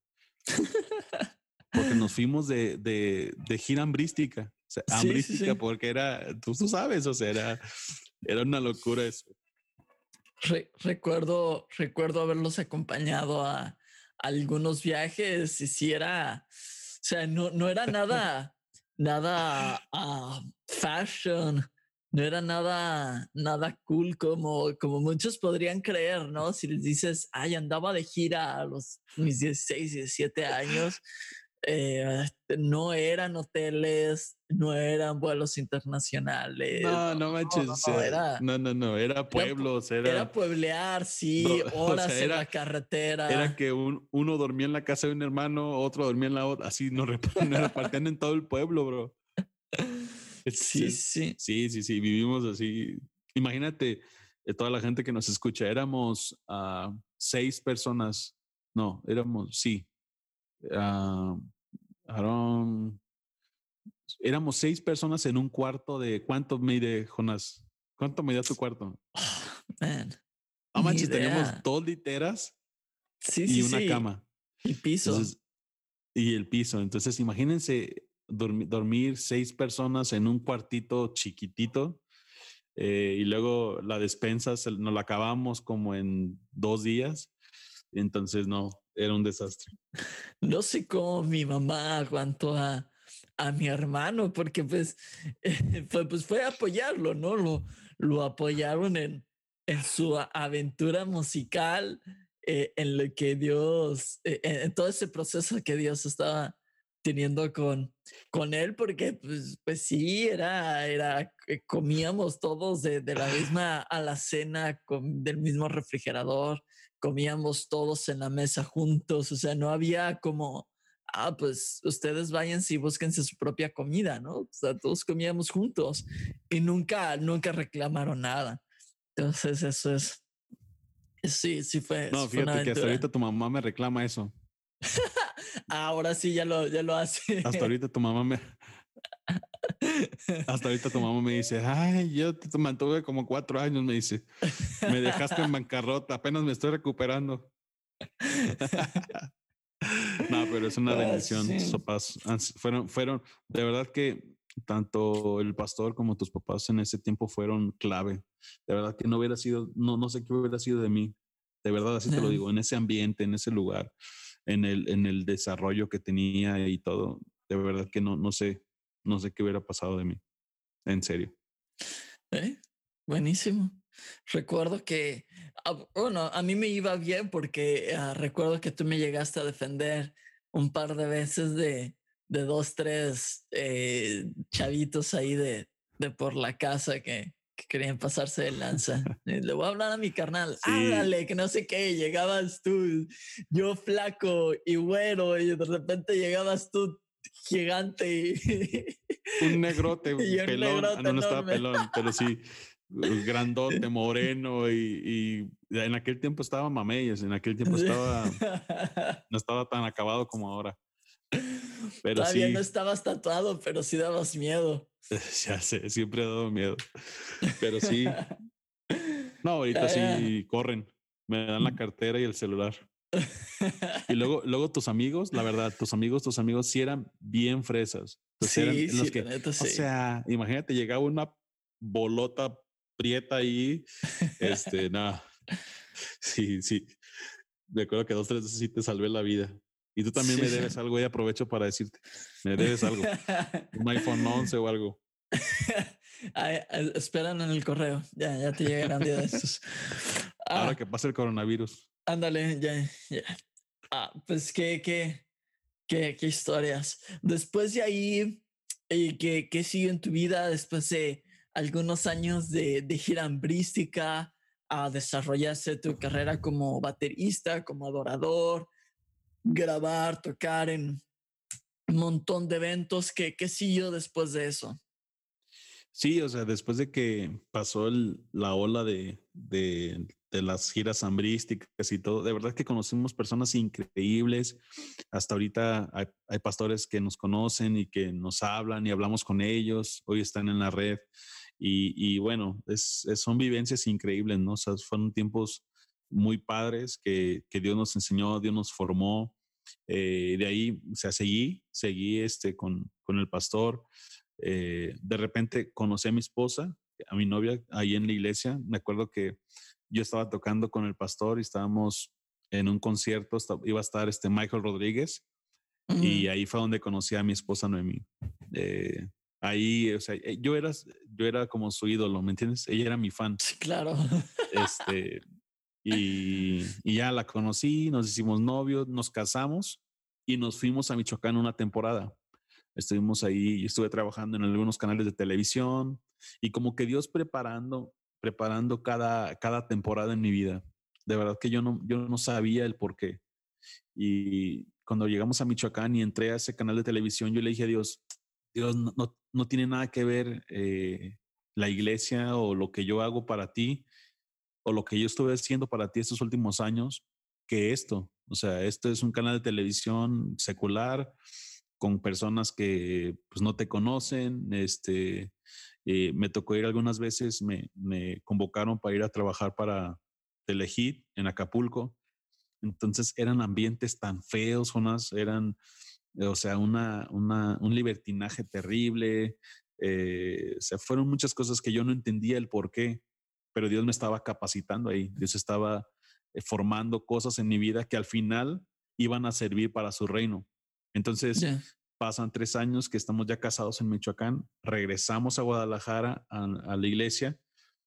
porque nos fuimos de, de, de gira hambrística, o sea,
Sí, sí,
hambrística
sí.
porque era, tú, tú sabes, o sea, era, era una locura eso.
Re- recuerdo, recuerdo haberlos acompañado a, a algunos viajes y si era, o sea, no, no era nada, nada uh, fashion, no era nada, nada cool como, como muchos podrían creer, ¿no? Si les dices, ay, andaba de gira a los mis dieciséis, diecisiete años, eh, no eran hoteles, no eran vuelos internacionales,
No,
no,
no
no,
manches,
no,
o
no,
sea,
era
no, no, no, era
era,
pueblos,
era
era,
pueblear, sí,
do- o sea,
horas en la
era, era
carretera.
que un, uno dormía en la casa de un hermano, otro dormía en la otra, así nos, rep- nos repartían en todo el pueblo, bro. Es,
Sí,
es,
sí.
sí, sí, sí, vivimos así. Imagínate eh, toda la gente que nos escucha, éramos uh, seis personas, no, éramos, sí, uh, Aaron, éramos seis personas en un cuarto de, ¿cuánto mide, Jonas? ¿Cuánto medía tu cuarto?
Oh, man,
No
ni
manches, teníamos
idea.
dos literas
Sí,
y
sí,
una
sí.
cama.
Y piso.
Entonces, y el piso. Entonces, imagínense dormi- dormir seis personas en un cuartito chiquitito eh, y luego la despensa se, nos la acabamos como en dos días. Entonces, no, era un desastre.
No sé cómo mi mamá aguantó a, a mi hermano, porque pues, eh, fue, pues fue a apoyarlo, ¿no? Lo, lo apoyaron en, en su a- aventura musical, eh, en lo que Dios, eh, en, en todo ese proceso que Dios estaba teniendo con, con él, porque pues, pues sí, era, era, eh, comíamos todos de, de la misma alacena, con, del mismo refrigerador, comíamos todos en la mesa juntos, o sea, no había como, ah, pues ustedes vayan y búsquense su propia comida, ¿no? O sea, todos comíamos juntos y nunca, nunca reclamaron nada. Entonces, eso es, sí, sí fue,
No,
sí fue una
fíjate que hasta
aventura.
ahorita tu mamá me reclama eso.
Ahora sí ya lo, ya lo
Hasta
hace.
ahorita tu mamá me, hasta ahorita tu mamá me dice, ay, yo te mantuve como cuatro años, me dice, me dejaste en bancarrota, apenas me estoy recuperando. No, pero es una
Ah, sí,
bendición. Tus
sí.
papás han s- fueron, fueron, de verdad que tanto el pastor como tus papás en ese tiempo fueron clave. De verdad que no hubiera sido, no, no sé qué hubiera sido de mí. De verdad, así te lo
Yeah.
digo, en ese ambiente, en ese lugar, en el, en el desarrollo que tenía y todo. De verdad que no, no sé, no sé qué hubiera pasado de mí. En serio.
¿Eh? Buenísimo. Recuerdo que, ah, bueno, a mí me iba bien porque uh, recuerdo que tú me llegaste a defender un par de veces de, de dos, tres eh, chavitos ahí de, de por la casa que, que querían pasarse de lanza. Y le voy a hablar a mi carnal,
Sí,
háblale, que no sé qué. Llegabas tú, yo flaco y güero, y de repente llegabas tú gigante y,
un negrote
y un
pelón, ah,
negrote
no, no estaba
enorme.
pelón, pero sí, uh, grandote, moreno y, y en aquel tiempo estaba mameyes, en aquel tiempo estaba, no estaba tan acabado como ahora, pero
Todavía no
sí,
estabas tatuado, pero sí dabas miedo.
ya sé, siempre ha dado miedo, pero sí, No, ahorita
Ah,
sí corren. Me dan la
mm.
cartera y el celular. Y luego, luego tus amigos, la verdad, tus amigos, tus amigos sí eran bien fresas. Pues eran
Sí, sí,
los
la
que,
neta,
o
sí.
sea, imagínate, llegaba una bolota prieta ahí. Este, nada, sí, sí. Me acuerdo que dos, tres veces sí te salvé la vida. Y tú también
Sí.
me debes algo y aprovecho para decirte, me debes algo, un iPhone once o algo.
Ay, ay, esperan en el correo. Ya, ya te llegarán día de estos.
Ahora
Ah,
que pasa el coronavirus.
ándale, ya, ya. Ah, pues qué, qué, qué, qué historias. Después de ahí, eh, ¿qué, qué siguió en tu vida después de algunos años de, de gira hambrística a desarrollarse tu carrera como baterista, como adorador, grabar, tocar en un montón de eventos? ¿Qué, qué siguió después de eso?
Sí, o sea, después de que pasó el- la ola de, de, de las giras hambrísticas y todo, de verdad que conocimos personas increíbles. Hasta ahorita hay, hay pastores que nos conocen y que nos hablan y hablamos con ellos. Hoy están en la red. Y, y bueno, es, es- son vivencias increíbles, ¿no? O sea, fueron tiempos muy padres que, que Dios nos enseñó, Dios nos formó. Eh, de ahí, o sea, seguí, seguí este, con, con el pastor. Eh, de repente conocí a mi esposa, a mi novia, ahí en la iglesia. Me acuerdo que yo estaba tocando con el pastor y estábamos en un concierto, iba a estar este Michael Rodríguez y
Ujú.
ahí fue donde conocí a mi esposa Noemí. Eh, ahí, o sea, eh, yo era, yo era como su ídolo, ¿me entiendes? Ella era mi fan.
Sí, claro.
Este, y, y ya la conocí, nos hicimos novios, nos casamos y nos fuimos a Michoacán una temporada. Estuvimos ahí, estuve trabajando en algunos canales de televisión y como que Dios preparando, preparando cada, cada temporada en mi vida. De verdad que yo no, yo no sabía el por qué. Y cuando llegamos a Michoacán y entré a ese canal de televisión, yo le dije a Dios, Dios, no, no, no tiene nada que ver eh, la iglesia o lo que yo hago para ti o lo que yo estuve haciendo para ti estos últimos años que esto. O sea, esto es un canal de televisión secular con personas que pues no te conocen. Este, eh, me tocó ir algunas veces, me, me convocaron para ir a trabajar para Telehit en Acapulco. Entonces eran ambientes tan feos, unas eran, o sea, una, una, un libertinaje terrible. Eh, o sea, fueron muchas cosas que yo no entendía el por qué, pero Dios me estaba capacitando ahí. Dios estaba eh, formando cosas en mi vida que al final iban a servir para su reino. Entonces,
Ya.
pasan tres años que estamos ya casados en Michoacán, regresamos a Guadalajara a, a la iglesia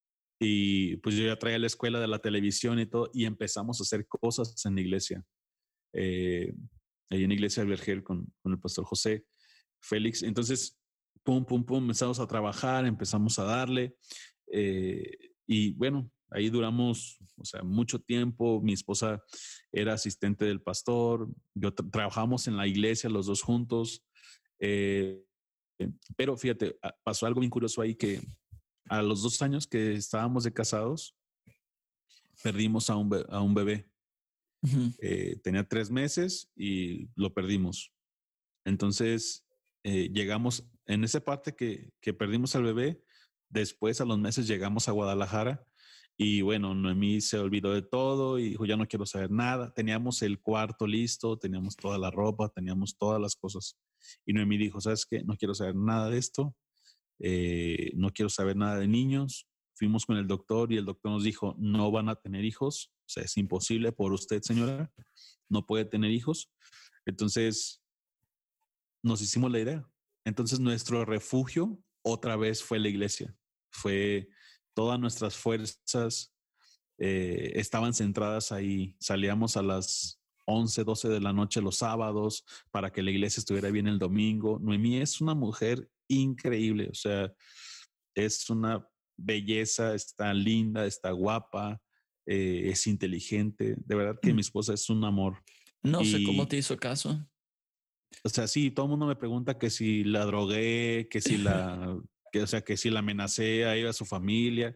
y pues yo ya traía la escuela de la televisión y todo y empezamos a hacer cosas en la iglesia. Eh, ahí en la iglesia de Vergel con, con el pastor José Félix. Entonces, pum, pum, pum, empezamos a trabajar, empezamos a darle. Eh, y bueno, ahí duramos, o sea, mucho tiempo. Mi esposa era asistente del pastor. Yo tra trabajamos en la iglesia los dos juntos. Eh, pero fíjate, pasó algo bien curioso ahí que a los dos años que estábamos de casados, perdimos a un, be a un bebé.
Ujú.
Eh, tenía tres meses y lo perdimos. Entonces, eh, llegamos en esa parte que, que perdimos al bebé. Después, a los meses, llegamos a Guadalajara y bueno, Noemí se olvidó de todo y dijo, ya no quiero saber nada. Teníamos el cuarto listo, teníamos toda la ropa, teníamos todas las cosas. Y Noemí dijo, ¿sabes qué? No quiero saber nada de esto, eh, no quiero saber nada de niños. Fuimos con el doctor y el doctor nos dijo, no van a tener hijos, o sea, es imposible por usted, señora, no puede tener hijos. Entonces, nos hicimos la idea. Entonces nuestro refugio otra vez fue la iglesia. Fue todas nuestras fuerzas eh, estaban centradas ahí. Salíamos a las once, doce de la noche los sábados para que la iglesia estuviera bien el domingo. Noemí es una mujer increíble, o sea, es una belleza, está linda, está guapa, eh, es inteligente. De verdad que mi esposa es un amor.
No sé cómo te
Y
hizo caso.
o sea, sí, todo el mundo me pregunta que si la drogué, que si la, que, o sea, que si la amenacé a ella, a su familia.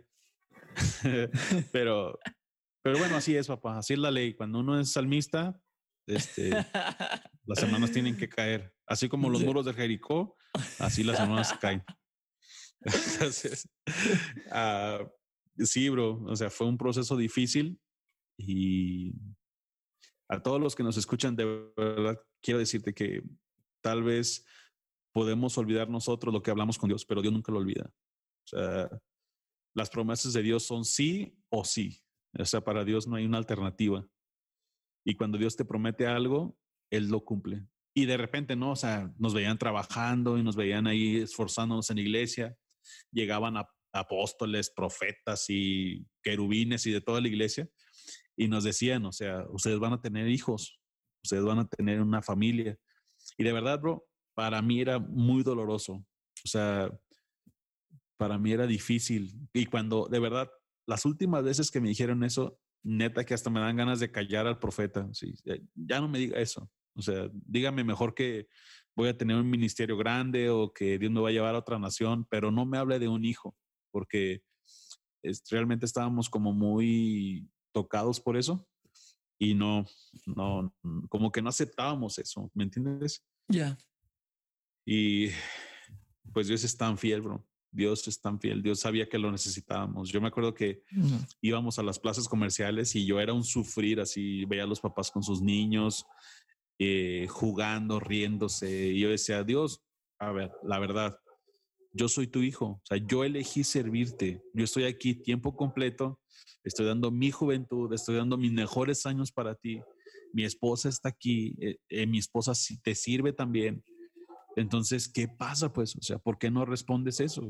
pero, pero bueno, así es, papá, así es la ley. Cuando uno es salmista, este, las hermanas tienen que caer. Así como los
Sí.
muros de Jericó, así las hermanas caen. Entonces, uh, sí, bro, o sea, fue un proceso difícil y a todos los que nos escuchan, de verdad, quiero decirte que tal vez podemos olvidar nosotros lo que hablamos con Dios, pero Dios nunca lo olvida. O sea, las promesas de Dios son sí o sí. O sea, para Dios no hay una alternativa. Y cuando Dios te promete algo, Él lo cumple. Y de repente, no, o sea, nos veían trabajando y nos veían ahí esforzándonos en la iglesia. Llegaban a apóstoles, profetas y querubines y de toda la iglesia y nos decían, o sea, ustedes van a tener hijos, ustedes van a tener una familia. Y de verdad, bro, para mí era muy doloroso. O sea, para mí era difícil. Y cuando, de verdad, las últimas veces que me dijeron eso, neta que hasta me dan ganas de callar al profeta. Sí, ya no me diga eso. O sea, dígame mejor que voy a tener un ministerio grande o que Dios me va a llevar a otra nación, pero no me hable de un hijo, porque es, realmente estábamos como muy tocados por eso y no, no, como que no aceptábamos eso, ¿me entiendes?
Ya. Yeah.
Y pues Dios es tan fiel, bro. Dios es tan fiel. Dios sabía que lo necesitábamos. Yo me acuerdo que uh-huh. íbamos a las plazas comerciales y yo era un sufrir así, veía a los papás con sus niños eh, jugando, riéndose. Y yo decía, Dios, a ver, la verdad, yo soy tu hijo. O sea, yo elegí servirte. Yo estoy aquí tiempo completo. Estoy dando mi juventud, estoy dando mis mejores años para ti. Mi esposa está aquí. Eh, eh, mi esposa te sirve también. Entonces, ¿qué pasa pues? O sea, ¿por qué no respondes eso?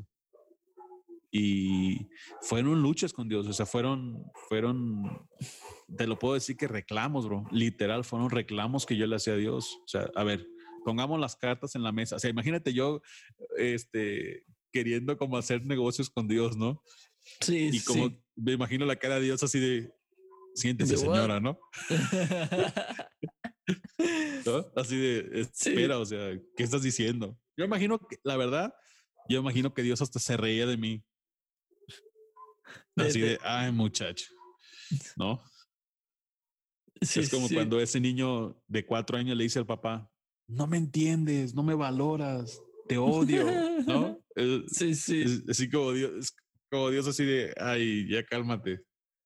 Y fueron luchas con Dios, o sea, fueron, fueron, te lo puedo decir que reclamos, bro, literal, fueron reclamos que yo le hacía a Dios. O sea, a ver, pongamos las cartas en la mesa. O sea, imagínate yo, este, queriendo como hacer negocios con Dios, ¿no?
Sí,
y como
sí.
me imagino la cara de Dios así de, siéntese, señora, ¿no? ¿no? Así de, espera, sí. O sea, ¿qué estás diciendo? Yo imagino que, la verdad, yo imagino que Dios hasta se reía de mí. Así de, de ay, muchacho, ¿no? Sí, es como sí. Cuando ese niño de cuatro años le dice al papá, no me entiendes, no me valoras, te odio, ¿no?
Sí, sí.
Es, es así como Dios, es como Dios así de, ay, ya cálmate.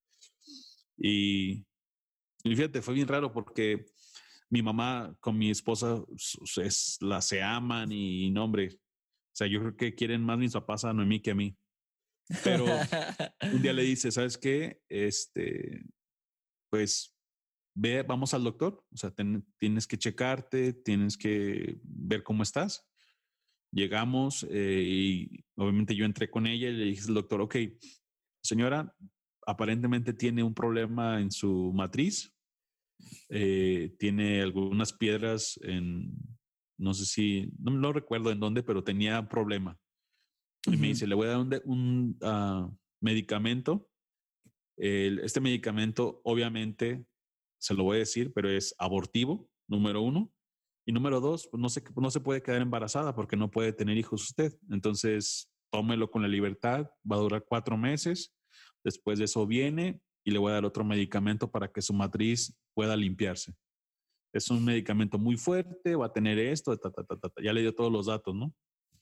Y, y fíjate, fue bien raro porque mi mamá con mi esposa es, la, se aman y no, hombre, o sea, yo creo que quieren más mis papás a Noemí que a mí. Pero un día le dice, ¿sabes qué? Este, pues ve, vamos al doctor, o sea, ten, tienes que checarte, tienes que ver cómo estás. Llegamos eh, y obviamente yo entré con ella y le dije al doctor, ok, señora, aparentemente tiene un problema en su matriz, eh, tiene algunas piedras en, no sé si, no, no recuerdo en dónde, pero tenía problema. Y uh-huh. me dice, le voy a dar un, de, un uh, medicamento. El, este medicamento, obviamente, se lo voy a decir, pero es abortivo, número uno. Y número dos, pues no, se, no se puede quedar embarazada porque no puede tener hijos usted. Entonces, tómelo con la libertad. Va a durar cuatro meses. Después de eso viene y le voy a dar otro medicamento para que su matriz pueda limpiarse. Es un medicamento muy fuerte, va a tener esto, ta, ta, ta, ta, ta. Ya le dio todos los datos, ¿no?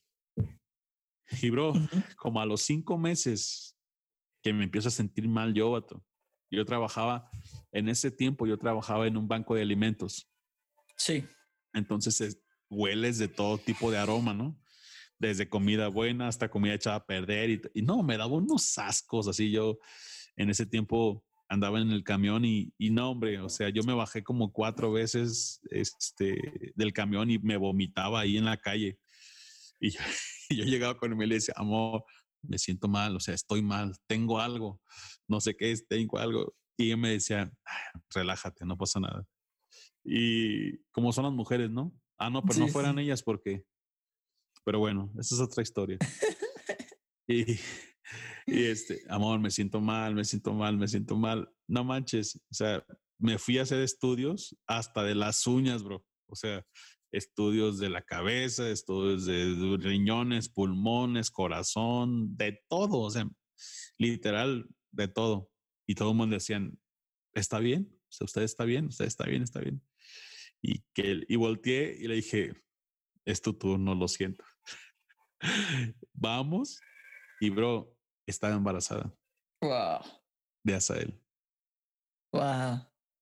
Y bro, uh-huh. como a los cinco meses que me empiezo a sentir mal yo, vato. Yo trabajaba, en ese tiempo yo trabajaba en un banco de alimentos.
Sí.
Entonces es, hueles de todo tipo de aroma, ¿no? Desde comida buena hasta comida echada a perder. Y, y no, me daba unos ascos así. Yo en ese tiempo andaba en el camión y, y no, hombre, o sea, yo me bajé como cuatro veces este, del camión y me vomitaba ahí en la calle. Y yo, y yo llegaba con él y le decía, amor, me siento mal, o sea, estoy mal, tengo algo, no sé qué es, tengo algo. Y él me decía, relájate, no pasa nada. Y como son las mujeres, ¿no? Ah, no, pero sí, no fueran sí. ellas porque, pero bueno, esa es otra historia. y, y este, amor, me siento mal, me siento mal, me siento mal. No manches, o sea, me fui a hacer estudios hasta de las uñas, bro. O sea, estudios de la cabeza, estudios de riñones, pulmones, corazón, de todo, o sea, literal, de todo. Y todo el mundo decían, ¿está bien? O sea, ¿usted está bien? ¿Usted está bien? ¿Está bien? Y, que, y volteé y le dije, es tu turno, lo siento. Vamos. Y bro, estaba embarazada.
Wow.
de Azael.
Wow.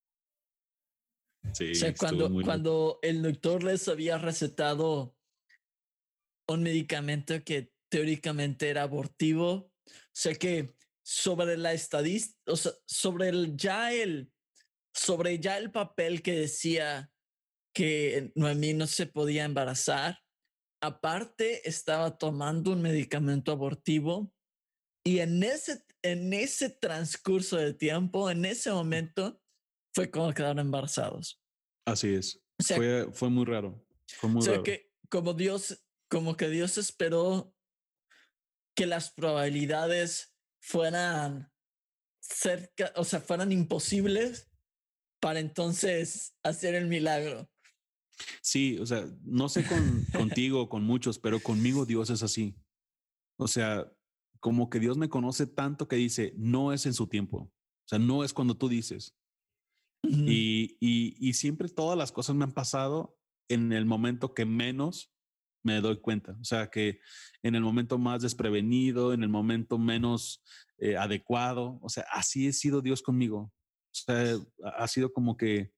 Sí,
O sea, cuando, cuando el doctor les había recetado un medicamento que teóricamente era abortivo, o sea que sobre la estadística, o sea, sobre el, ya el, sobre ya el papel que decía que Noemí no se podía embarazar, aparte estaba tomando un medicamento abortivo y en ese, en ese transcurso de tiempo, en ese momento, fue como quedaron embarazados.
Así es.
O sea,
fue, fue muy raro. Fue muy
o sea
raro.
que como Dios, como que Dios esperó que las probabilidades fueran cerca, o sea, fueran imposibles para entonces hacer el milagro.
Sí, o sea, no sé con, contigo o con muchos, pero conmigo Dios es así. O sea, como que Dios me conoce tanto que dice, no es en su tiempo. O sea, no es cuando tú dices.
Uh-huh.
Y, y, y siempre todas las cosas me han pasado en el momento que menos me doy cuenta. O sea, que en el momento más desprevenido, en el momento menos eh, adecuado. O sea, así ha sido Dios conmigo. O sea, ha sido como que,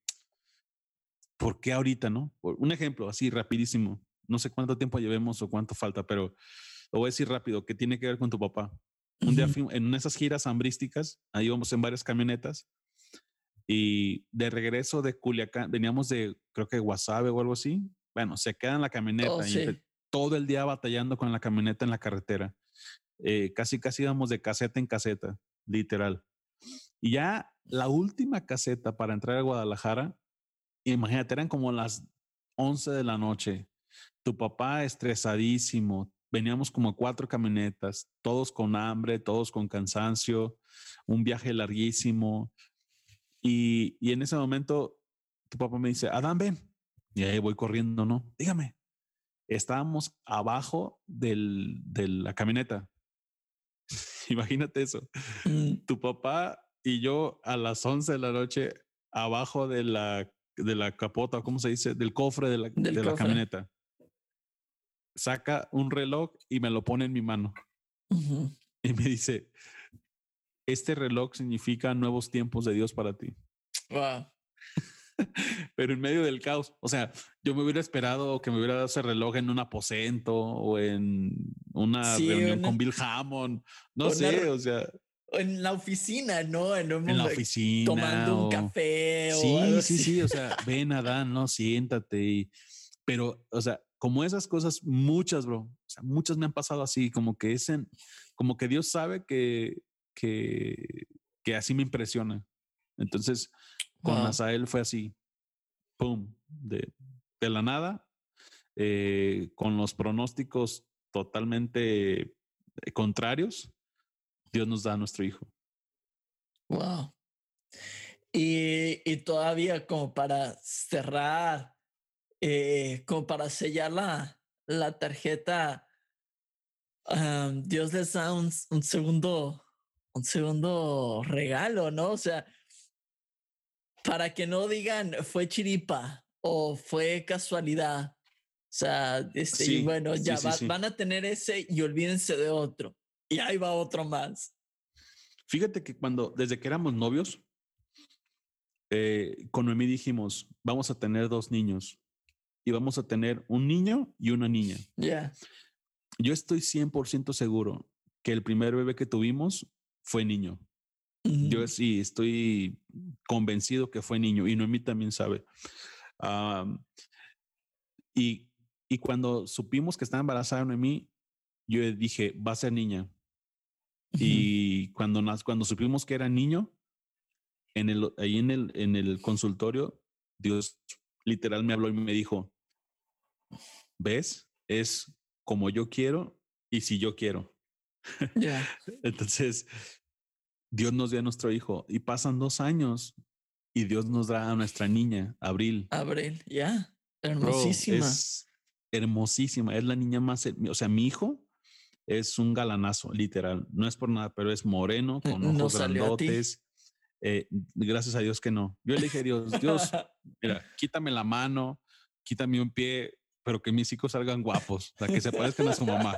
¿por qué ahorita, no? Un ejemplo así rapidísimo. No sé cuánto tiempo llevemos o cuánto falta, pero lo voy a decir rápido, que tiene que ver con tu papá. Un día
Uh-huh.
en esas giras hambrísticas, ahí íbamos en varias camionetas y de regreso de Culiacán, veníamos de, creo que Guasave o algo así. Bueno, se queda en la camioneta
Oh,
y
sí.
todo el día batallando con la camioneta en la carretera. Eh, casi, casi íbamos de caseta en caseta, literal. Y ya la última caseta para entrar a Guadalajara, imagínate, eran como las once de la noche. Tu papá estresadísimo. Veníamos como cuatro camionetas, todos con hambre, todos con cansancio, un viaje larguísimo. Y, y en ese momento tu papá me dice, Adán, ven. Y ahí voy corriendo, ¿no? Dígame. Estábamos abajo del, de la camioneta. Imagínate eso.
Uh-huh.
Tu papá y yo a las once de la noche abajo de la, de la capota, ¿cómo se dice? Del cofre de la,
Del
de la
cofre.
camioneta. Saca un reloj y me lo pone en mi mano.
Uh-huh.
Y me dice, este reloj significa nuevos tiempos de Dios para ti.
Wow.
Pero en medio del caos, o sea, yo me hubiera esperado que me hubiera dado ese reloj en un aposento o en una
Sí,
reunión
una,
con Bill Hammond, no
una,
sé, o sea,
en la oficina, ¿no? En un
en la
momento tomando
oficina
un
o...
café o algo
Sí, sí,
así.
sí, o sea, ven Adán, no, siéntate. Y... Pero, o sea, como esas cosas, muchas, bro, o sea, muchas me han pasado así, como que es en, como que Dios sabe que, que, que así me impresiona. Entonces, con
Wow.
Asael fue así, pum, de, de la nada, eh, con los pronósticos totalmente eh, contrarios, Dios nos da a nuestro hijo.
Wow. Y, y todavía como para cerrar, eh, como para sellar la, la tarjeta, um, Dios les da un, un segundo, un segundo regalo, ¿no? O sea, para que no digan fue chiripa o fue casualidad. O sea, este, y
Sí,
bueno,
sí,
ya
sí,
va,
sí.
van a tener ese y olvídense de otro. Y ahí va otro más.
Fíjate que cuando, desde que éramos novios, eh, con Noemí dijimos, vamos a tener dos niños y vamos a tener un niño y una niña.
Ya. Yeah.
Yo estoy cien por ciento seguro que el primer bebé que tuvimos fue niño.
Mm-hmm.
Yo sí estoy convencido que fue niño y Noemí también sabe. Um, y, y cuando supimos que estaba embarazada Noemí, yo dije, va a ser niña.
Mm-hmm.
Y cuando, cuando supimos que era niño, en el, ahí en el, en el consultorio, Dios literal me habló y me dijo, ¿ves? Es como yo quiero y si yo quiero.
Yeah.
Entonces, Dios nos dio a nuestro hijo y pasan dos años y Dios nos da a nuestra niña, Abril.
Abril, ya. Yeah.
Bro,
Hermosísima.
es hermosísima. Es la niña más, o sea, mi hijo es un galanazo, literal. No es por nada, pero es moreno, con
No
ojos
salió a ti.
grandotes. Eh, gracias a Dios que no. Yo le dije a Dios, Dios, mira, quítame la mano, quítame un pie, pero que mis hijos salgan guapos, o sea, que se parezcan a su mamá.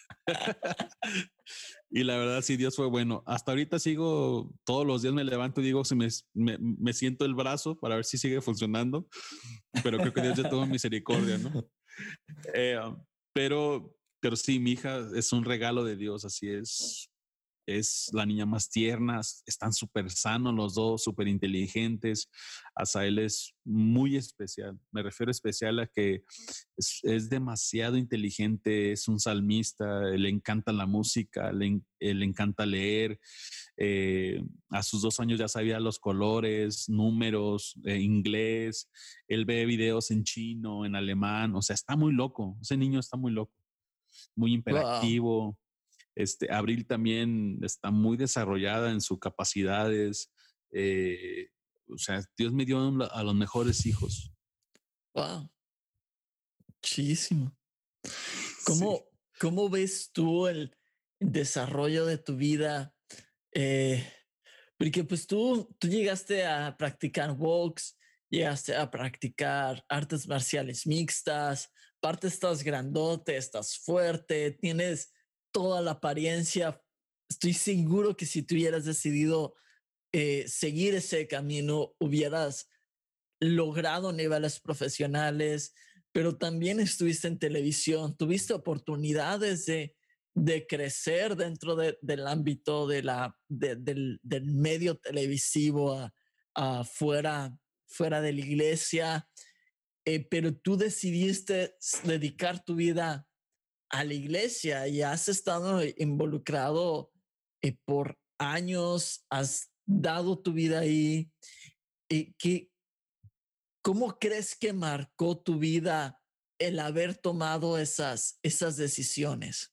Y la verdad, sí, Dios fue bueno. Hasta ahorita sigo, todos los días me levanto y digo, si me, me, me siento el brazo para ver si sigue funcionando, pero creo que Dios ya tuvo misericordia, ¿no? Eh, pero, pero sí, mi hija es un regalo de Dios, así es. Es la niña más tierna, están súper sanos los dos, súper inteligentes. Asael es muy especial. Me refiero especial a que es, es demasiado inteligente, es un salmista, le encanta la música, le, le encanta leer. Eh, a sus dos años ya sabía los colores, números, eh, inglés. Él ve videos en chino, en alemán. O sea, está muy loco. Ese niño está muy loco, muy
Wow.
imperactivo. Este, Abril también está muy desarrollada en sus capacidades. Eh, o sea, Dios me dio a los mejores hijos.
Wow. Muchísimo.
Sí.
¿Cómo, cómo ves tú el desarrollo de tu vida? Eh, porque pues tú, tú llegaste a practicar walks, llegaste a practicar artes marciales mixtas, parte estás grandote, estás fuerte, tienes toda la apariencia. Estoy seguro que si tú hubieras decidido eh, seguir ese camino, hubieras logrado niveles profesionales, pero también estuviste en televisión, tuviste oportunidades de, de crecer dentro de, del ámbito de la, de, del, del, medio televisivo a, a fuera, fuera de la iglesia, eh, pero tú decidiste dedicar tu vida a la iglesia y has estado involucrado eh, por años, has dado tu vida ahí. Eh, ¿qué, ¿Cómo crees que marcó tu vida el haber tomado esas, esas decisiones?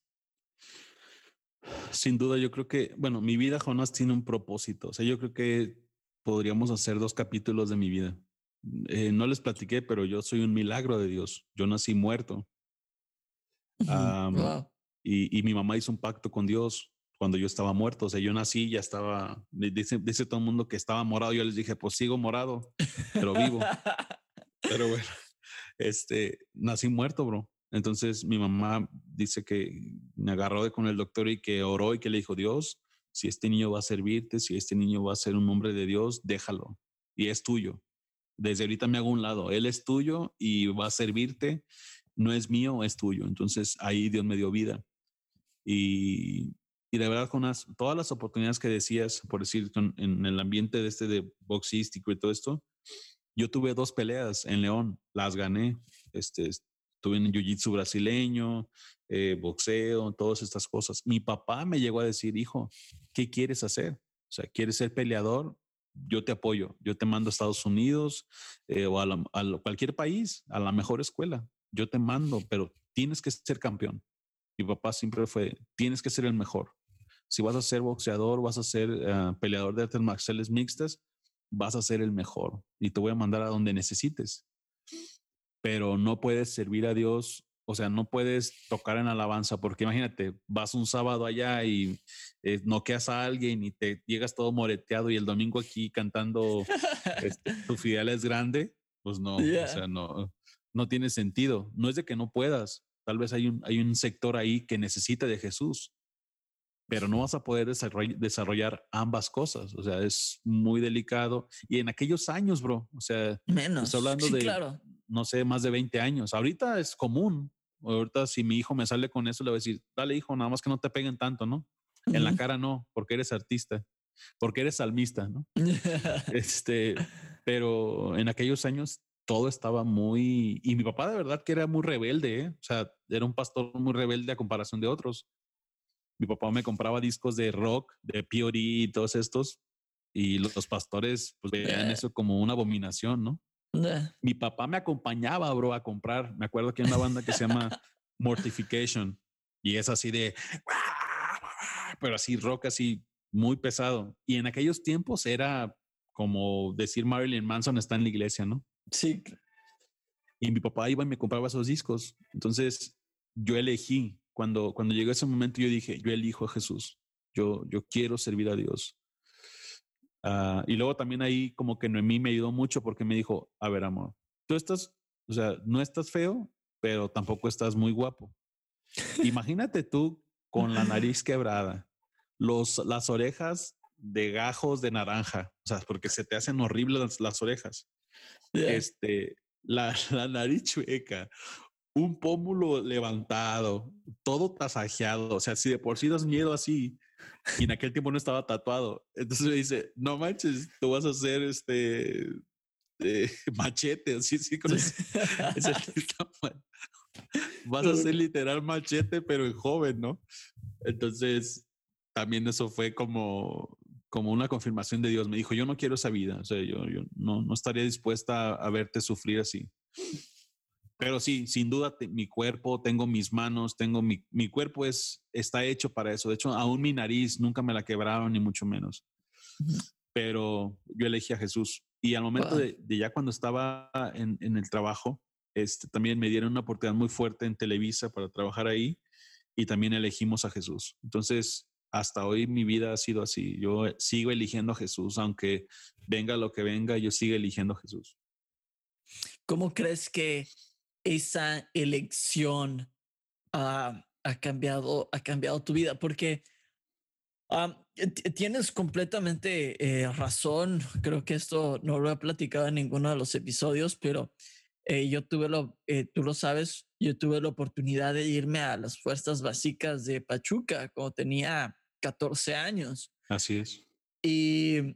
Sin duda, yo creo que, bueno, mi vida, Jonás, tiene un propósito. O sea, yo creo que podríamos hacer dos capítulos de mi vida. Eh, no les platiqué, pero yo soy un milagro de Dios. Yo nací muerto.
Uh-huh.
Um,
Wow.
y, y mi mamá hizo un pacto con Dios cuando yo estaba muerto. O sea, yo nací, ya estaba, dice, dice todo el mundo que estaba morado. Yo les dije, pues sigo morado, pero vivo. Pero bueno, este, nací muerto, bro. Entonces mi mamá dice que me agarró de con el doctor y que oró y que le dijo, Dios, si este niño va a servirte, si este niño va a ser un hombre de Dios, déjalo. Y es tuyo. Desde ahorita me hago un lado. Él es tuyo y va a servirte. No es mío, es tuyo. Entonces ahí Dios me dio vida. Y, y de verdad, Jonas, todas las oportunidades que decías, por decir, en, en el ambiente de este de boxístico y todo esto, yo tuve dos peleas en León, las gané. Este, estuve en jiu-jitsu brasileño, eh, boxeo, todas estas cosas. Mi papá me llegó a decir, hijo, ¿qué quieres hacer? O sea, ¿quieres ser peleador? Yo te apoyo. Yo te mando a Estados Unidos eh, o a, la, a la, cualquier país, a la mejor escuela. Yo te mando, pero tienes que ser campeón. Mi papá siempre fue, tienes que ser el mejor. Si vas a ser boxeador, vas a ser uh, peleador de artes marciales mixtas, vas a ser el mejor y te voy a mandar a donde necesites. Pero no puedes servir a Dios, o sea, no puedes tocar en alabanza, porque imagínate, vas un sábado allá y eh, noqueas a alguien y te llegas todo moreteado y el domingo aquí cantando este, tu fidel es grande, pues no, o
Yeah.
sea, no, no tiene sentido. No es de que no puedas, tal vez hay un, hay un sector ahí que necesita de Jesús, pero no vas a poder desarroll desarrollar ambas cosas. O sea, es muy delicado. Y en aquellos años, bro, o sea, estoy
Menos.
hablando
Sí,
de,
claro.
no sé, más de veinte años. Ahorita es común. Ahorita si mi hijo me sale con eso, le voy a decir, dale hijo, nada más que no te peguen tanto, ¿no? En la
Uh-huh.
cara no, porque eres artista, porque eres salmista, ¿no? Este, pero en aquellos años todo estaba muy... Y mi papá de verdad que era muy rebelde, ¿eh? O sea, era un pastor muy rebelde a comparación de otros. Mi papá me compraba discos de rock, de P O D y todos estos, y los pastores pues veían
Yeah.
eso como una abominación, ¿no?
Yeah.
Mi papá me acompañaba, bro, a comprar. Me acuerdo que hay una banda que se llama Mortification y es así de, pero así rock así muy pesado. Y en aquellos tiempos era como decir Marilyn Manson está en la iglesia, ¿no?
Sí.
Y mi papá iba y me compraba esos discos. Entonces yo elegí, cuando, cuando llegó ese momento, yo dije, yo elijo a Jesús. Yo, yo quiero servir a Dios. Uh, y luego también ahí como que Noemí me ayudó mucho porque me dijo, a ver, amor, tú estás, o sea, no estás feo, pero tampoco estás muy guapo. Imagínate tú con la nariz quebrada, los, las orejas de gajos de naranja, o sea, porque se te hacen horribles las, las orejas.
Yeah.
Este, la, la nariz chueca, un pómulo levantado, todo tasajeado. O sea, si de por sí das miedo así, y en aquel tiempo no estaba tatuado. Entonces me dice, no manches, tú vas a hacer este eh, machete, así, sí, con ese, ese vas a hacer literal machete, pero en joven, ¿no? Entonces, también eso fue como, como una confirmación de Dios. Me dijo, yo no quiero esa vida. O sea, yo, yo no, no estaría dispuesta a, a verte sufrir así. Pero sí, sin duda, te, mi cuerpo, tengo mis manos, tengo mi, mi cuerpo es, está hecho para eso. De hecho, aún mi nariz nunca me la quebraron, ni mucho menos. Pero yo elegí a Jesús. Y al momento
Wow.
de, de ya cuando estaba en, en el trabajo, este, también me dieron una oportunidad muy fuerte en Televisa para trabajar ahí y también elegimos a Jesús. Entonces, hasta hoy mi vida ha sido así. Yo sigo eligiendo a Jesús, aunque venga lo que venga, yo sigo eligiendo a Jesús.
¿Cómo crees que esa elección uh, ha cambiado, ha cambiado tu vida? Porque um, tienes completamente eh, razón. Creo que esto no lo he platicado en ninguno de los episodios, pero eh, yo tuve lo, eh, tú lo sabes, yo tuve la oportunidad de irme a las fuerzas básicas de Pachuca cuando tenía catorce años.
Así es.
Y,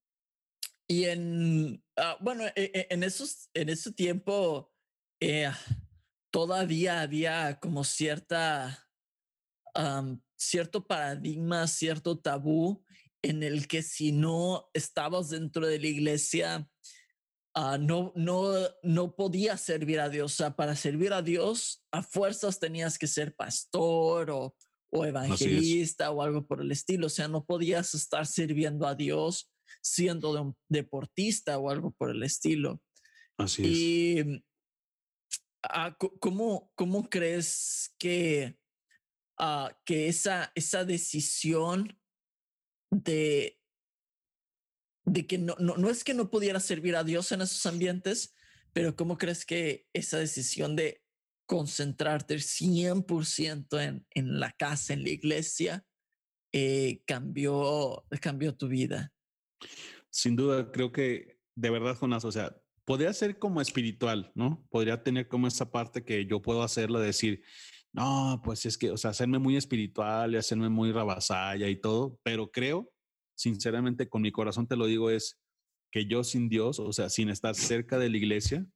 y en, uh, bueno, en, en, esos, en ese tiempo eh, todavía había como cierta, um, cierto paradigma, cierto tabú en el que si no estabas dentro de la iglesia, uh, no, no, no podías servir a Dios. O sea, para servir a Dios, a fuerzas tenías que ser pastor o, o evangelista o algo por el estilo. O sea, no podías estar sirviendo a Dios siendo de un deportista o algo por el estilo.
Así es.
Y uh, ¿cómo, ¿cómo crees que, uh, que esa, esa decisión de, de que no, no, no es que no pudiera servir a Dios en esos ambientes, pero cómo crees que esa decisión de concentrarte cien por ciento en, en la casa, en la iglesia, eh, cambió, cambió tu vida?
Sin duda, creo que de verdad, Jonás, o sea, podría ser como espiritual, ¿no? Podría tener como esa parte que yo puedo hacerlo, de decir, no, pues es que, o sea, hacerme muy espiritual y hacerme muy rabasaya y todo, pero creo, sinceramente, con mi corazón te lo digo, es que yo sin Dios, o sea, sin estar cerca de la iglesia,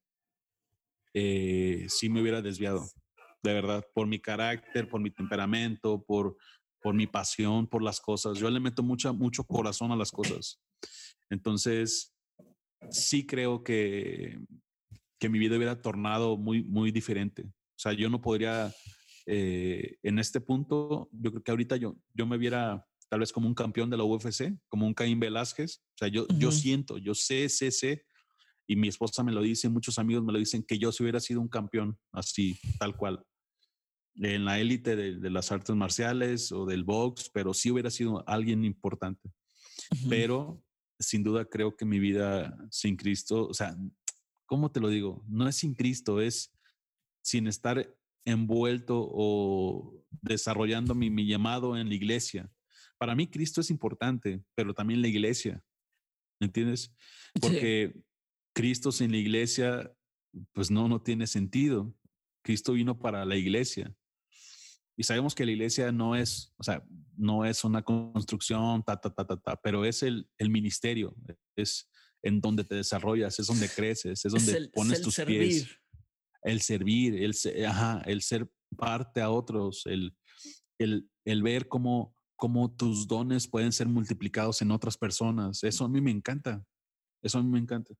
eh, sí me hubiera desviado, de verdad, por mi carácter, por mi temperamento, por, por mi pasión, por las cosas. Yo le meto mucha, mucho corazón a las cosas. Entonces, sí creo que, que mi vida hubiera tornado muy, muy diferente. O sea, yo no podría, eh, en este punto, yo creo que ahorita yo, yo me viera tal vez como un campeón de la U F C, como un Caín Velázquez. O sea, yo, uh-huh. yo siento, yo sé, sé, sé, y mi esposa me lo dice, muchos amigos me lo dicen, que yo si hubiera sido un campeón así, tal cual, en la élite de, de las artes marciales o del box, pero sí hubiera sido alguien importante. Uh-huh. Pero sin duda creo que mi vida sin Cristo, o sea, ¿cómo te lo digo? No es sin Cristo, es sin estar envuelto o desarrollando mi, mi llamado en la iglesia. Para mí Cristo es importante, pero también la iglesia, ¿me entiendes? Porque sí. Cristo sin la iglesia, pues no, no tiene sentido. Cristo vino para la iglesia. Y sabemos que la iglesia no es, o sea, no es una construcción, ta, ta, ta, ta, ta, pero es el, el ministerio, es en donde te desarrollas, es donde creces, es donde
es el,
pones
es el
tus
servir.
pies. El servir, el, ajá, el ser parte a otros, el, el, el ver cómo, cómo tus dones pueden ser multiplicados en otras personas. Eso a mí me encanta. Eso a mí me encanta.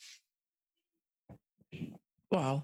Wow.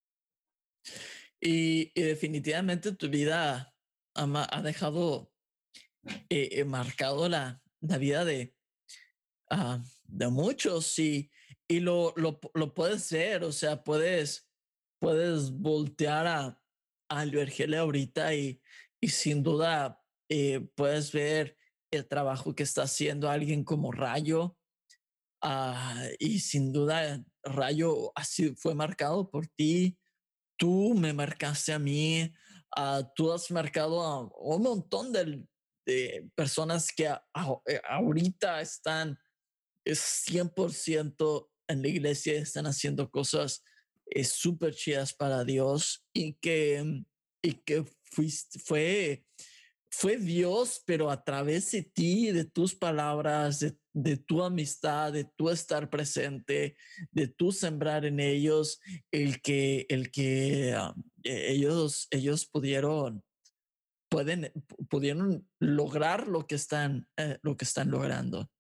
Y, y definitivamente tu vida ha, ha dejado eh, marcado la, la vida de, uh, de muchos y, y lo, lo, lo puedes ver, o sea, puedes, puedes voltear a, a Albergele ahorita y, y sin duda eh, puedes ver el trabajo que está haciendo alguien como Rayo. Uh, y sin duda Rayo así fue marcado por ti. Tú me marcaste a mí. uh, tú has marcado a un montón de, de personas que a, a, ahorita están es cien por ciento en la iglesia, están haciendo cosas eh, súper chidas para Dios y que, y que fuiste, fue, fue Dios, pero a través de ti, de tus palabras, de, de tu amistad, de tu estar presente, de tu sembrar en ellos, el que, el que um, ellos, ellos pudieron, pueden, pudieron lograr lo que están, eh, lo que están logrando.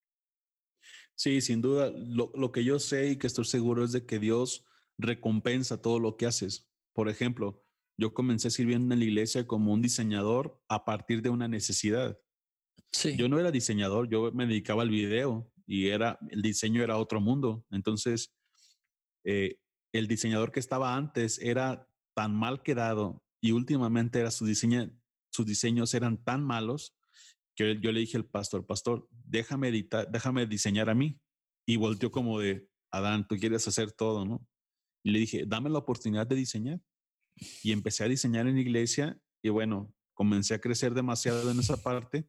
Sí, sin duda. Lo, lo que yo sé y que estoy seguro es de que Dios recompensa todo lo que haces. Por ejemplo, yo comencé sirviendo en la iglesia como un diseñador a partir de una necesidad.
Sí.
Yo no era diseñador, yo me dedicaba al video y era, el diseño era otro mundo. Entonces, eh, el diseñador que estaba antes era tan mal quedado y últimamente era su diseño, sus diseños eran tan malos que yo le dije al pastor, pastor, déjame editar, déjame diseñar a mí. Y volteó como de, Adán, tú quieres hacer todo, ¿no? Y le dije, dame la oportunidad de diseñar. Y empecé a diseñar en la iglesia y bueno, comencé a crecer demasiado en esa parte.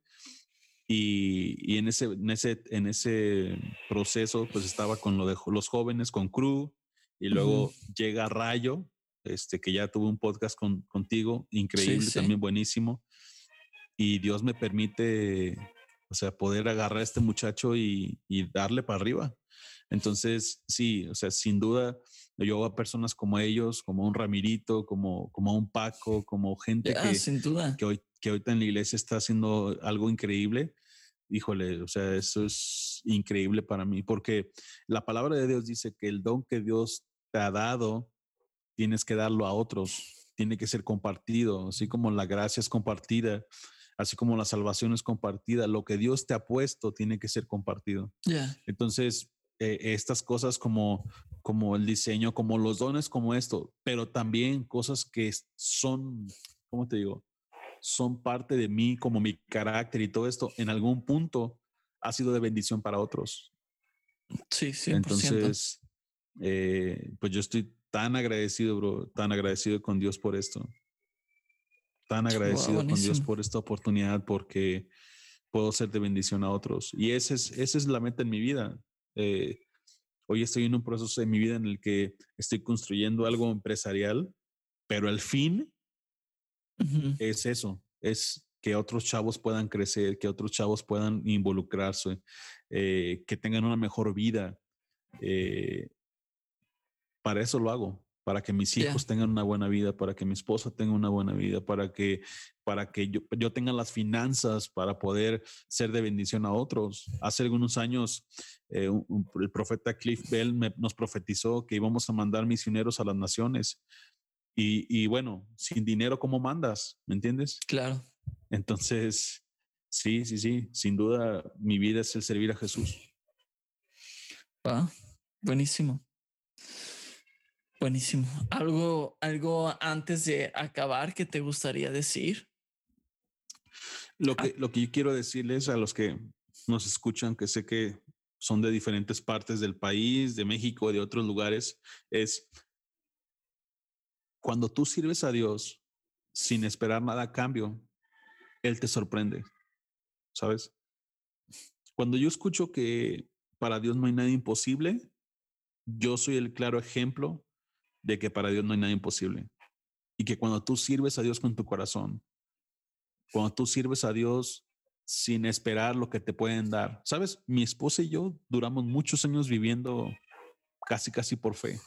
Y, y en, ese, en, ese, en ese proceso, pues estaba con lo de los jóvenes, con Crew, y luego uh-huh. llega Rayo, este, que ya tuvo un podcast con, contigo, increíble, sí, sí. también buenísimo. Y Dios me permite, o sea, poder agarrar a este muchacho y, y darle para arriba. Entonces, sí, o sea, sin duda, yo a personas como ellos, como un Ramirito, como, como un Paco, como gente yeah, que,
sin duda.
que, hoy, que ahorita en la iglesia está haciendo algo increíble. Híjole, o sea, eso es increíble para mí, porque la palabra de Dios dice que el don que Dios te ha dado, tienes que darlo a otros, tiene que ser compartido, así como la gracia es compartida. Así como la salvación es compartida, lo que Dios te ha puesto tiene que ser compartido.
Yeah.
Entonces, eh, estas cosas como, como el diseño, como los dones como esto, pero también cosas que son, ¿cómo te digo? Son parte de mí, como mi carácter y todo esto, en algún punto ha sido de bendición para otros.
Sí, cien por ciento.
Entonces, eh, pues yo estoy tan agradecido, bro, tan agradecido con Dios por esto. Tan agradecido wow, con Dios por esta oportunidad porque puedo ser de bendición a otros. Y esa es, esa es la meta en mi vida. Eh, hoy estoy en un proceso de mi vida en el que estoy construyendo algo empresarial, pero el fin uh-huh. es eso, es que otros chavos puedan crecer, que otros chavos puedan involucrarse, eh, que tengan una mejor vida. Eh, para eso lo hago. Para que mis hijos yeah. tengan una buena vida, para que mi esposa tenga una buena vida, para que, para que yo, yo tenga las finanzas para poder ser de bendición a otros. Hace algunos años, eh, un, un, el profeta Cliff Bell me, nos profetizó que íbamos a mandar misioneros a las naciones. Y, y bueno, sin dinero, ¿cómo mandas? ¿Me entiendes?
Claro.
Entonces, sí, sí, sí, sin duda, mi vida es el servir a Jesús.
Ah, buenísimo. Buenísimo. ¿Algo, algo antes de acabar que te gustaría decir?
Lo que, ah. lo que yo quiero decirles a los que nos escuchan, que sé que son de diferentes partes del país, de México, de otros lugares, es cuando tú sirves a Dios sin esperar nada a cambio, Él te sorprende, ¿sabes? Cuando yo escucho que para Dios no hay nada imposible, yo soy el claro ejemplo de que para Dios no hay nada imposible. Y que cuando tú sirves a Dios con tu corazón, cuando tú sirves a Dios sin esperar lo que te pueden dar. ¿Sabes? Mi esposa y yo duramos muchos años viviendo casi, casi por fe.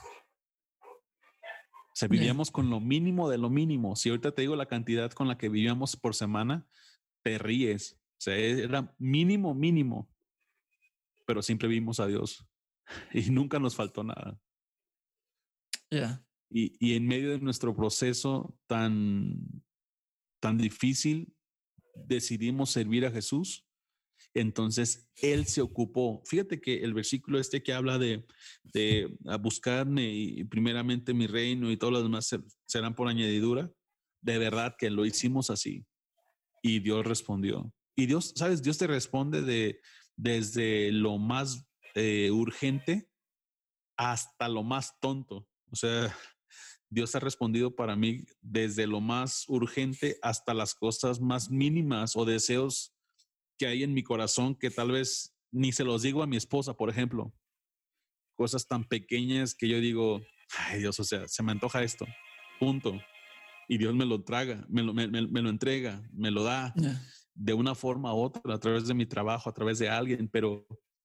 O sea, vivíamos yeah. con lo mínimo de lo mínimo. Si ahorita te digo la cantidad con la que vivíamos por semana, te ríes. O sea, era mínimo, mínimo. Pero siempre vimos a Dios y nunca nos faltó nada.
Yeah.
Y, y en medio de nuestro proceso tan, tan difícil, decidimos servir a Jesús. Entonces Él se ocupó. Fíjate que el versículo este que habla de, de a buscarme y primeramente mi reino y todo lo demás serán por añadidura, de verdad que lo hicimos así. Y Dios respondió. Y Dios, ¿sabes? Dios te responde de, desde lo más eh, urgente hasta lo más tonto. O sea, Dios ha respondido para mí desde lo más urgente hasta las cosas más mínimas o deseos que hay en mi corazón que tal vez ni se los digo a mi esposa, por ejemplo. Cosas tan pequeñas que yo digo, ay Dios, o sea, se me antoja esto, punto. Y Dios me lo traga, me lo, me, me, me lo entrega, me lo da
Yeah.
de una forma u otra, a través de mi trabajo, a través de alguien, pero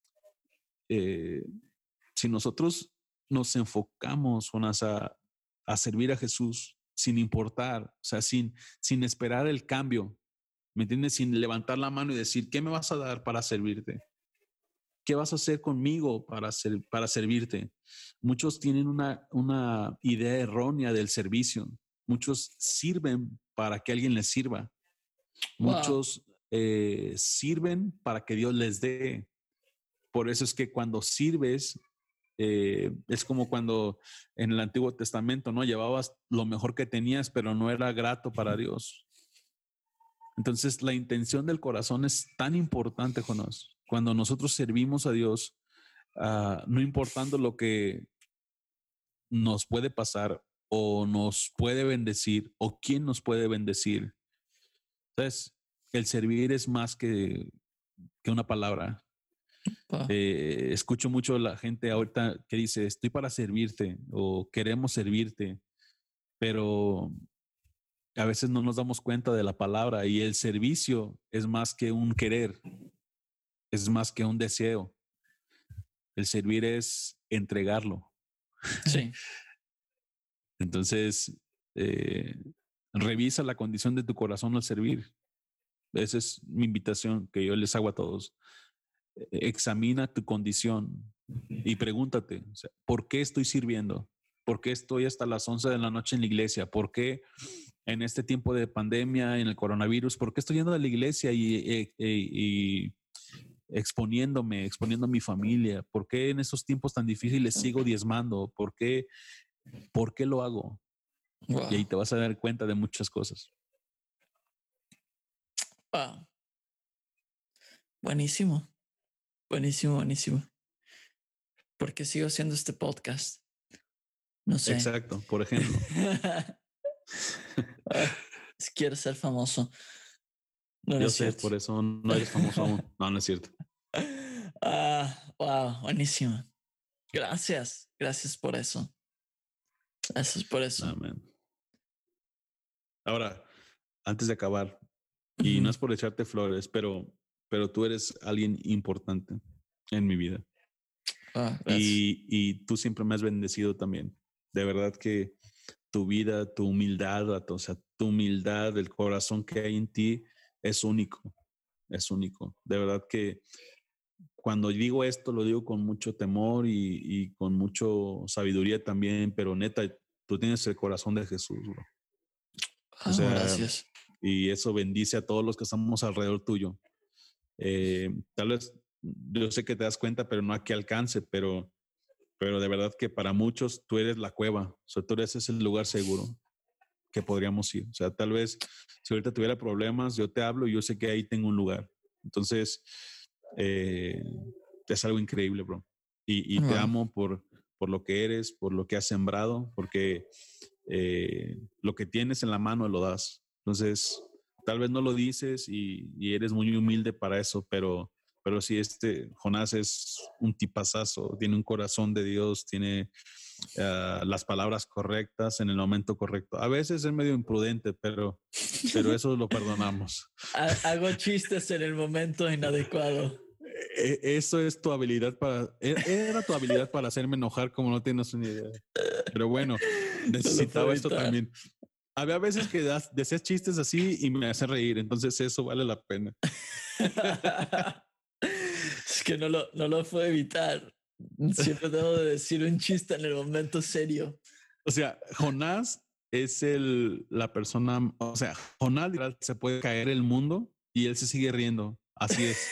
eh, si nosotros nos enfocamos, Jonas, a, a servir a Jesús sin importar, o sea, sin, sin esperar el cambio, ¿me entiendes? Sin levantar la mano y decir, ¿qué me vas a dar para servirte? ¿Qué vas a hacer conmigo para, ser, para servirte? Muchos tienen una, una idea errónea del servicio. Muchos sirven para que alguien les sirva.
Wow.
Muchos eh, sirven para que Dios les dé. Por eso es que cuando sirves, eh, es como cuando en el Antiguo Testamento, ¿no? Llevabas lo mejor que tenías, pero no era grato para Dios. Entonces, la intención del corazón es tan importante, Jonás. Cuando nosotros servimos a Dios, uh, no importando lo que nos puede pasar o nos puede bendecir o quién nos puede bendecir. Entonces, el servir es más que, que una palabra.
Wow.
Eh, escucho mucho a la gente ahorita que dice, estoy para servirte o queremos servirte, pero a veces no nos damos cuenta de la palabra y el servicio es más que un querer, es más que un deseo. El servir es entregarlo.
Sí.
Entonces, eh, revisa la condición de tu corazón al servir. Esa es mi invitación que yo les hago a todos. Examina tu condición y pregúntate, o sea, ¿por qué estoy sirviendo? ¿Por qué estoy hasta las once de la noche en la iglesia? ¿Por qué en este tiempo de pandemia, en el coronavirus, por qué estoy yendo a la iglesia y, y, y exponiéndome, exponiendo a mi familia? ¿Por qué en esos tiempos tan difíciles sigo diezmando? ¿Por qué, por qué lo hago?
Wow.
Y ahí te vas a dar cuenta de muchas cosas.
Wow. Buenísimo. Buenísimo, buenísimo. ¿Por qué sigo haciendo este podcast? No sé.
Exacto, por ejemplo.
uh, quiero ser famoso. No, no
Yo
es
sé,
cierto.
por eso no eres famoso aún. No, no es cierto.
Ah, wow, buenísimo. Gracias, gracias por eso. Gracias por eso.
Amén. Ahora, antes de acabar, y no es por echarte flores, pero, pero tú eres alguien importante en mi vida.
Ah,
y, y tú siempre me has bendecido también. De verdad que tu vida, tu humildad, o sea, tu humildad, el corazón que hay en ti es único, es único. De verdad que cuando digo esto lo digo con mucho temor y, y con mucho sabiduría también, pero neta, tú tienes el corazón de Jesús, bro.
oh,
O sea,
gracias.
y eso bendice a todos los que estamos alrededor tuyo. Eh, tal vez yo sé que te das cuenta, pero no a qué alcance, pero, pero de verdad que para muchos tú eres la cueva, o sea, tú eres ese lugar seguro que podríamos ir. O sea, tal vez si ahorita tuviera problemas, yo te hablo y yo sé que ahí tengo un lugar. Entonces, eh, es algo increíble, bro. Y, y
wow.
te amo por, por lo que eres, por lo que has sembrado, porque eh, lo que tienes en la mano lo das. Entonces, tal vez no lo dices y, y eres muy humilde para eso, pero, pero sí, este Jonás es un tipazazo, tiene un corazón de Dios, tiene uh, las palabras correctas en el momento correcto. A veces es medio imprudente, pero, pero eso lo perdonamos.
Hago chistes en el momento inadecuado.
Eso es tu habilidad para, era tu habilidad para hacerme enojar como no tienes una idea. Pero bueno, necesitaba no esto también. Había veces que das, decías chistes así y me hace reír, entonces eso vale la pena.
Es que no lo, no lo puedo evitar. Siempre tengo de decir un chiste en el momento serio.
O sea, Jonás es el, la persona, o sea, Jonás se puede caer el mundo y él se sigue riendo. Así es.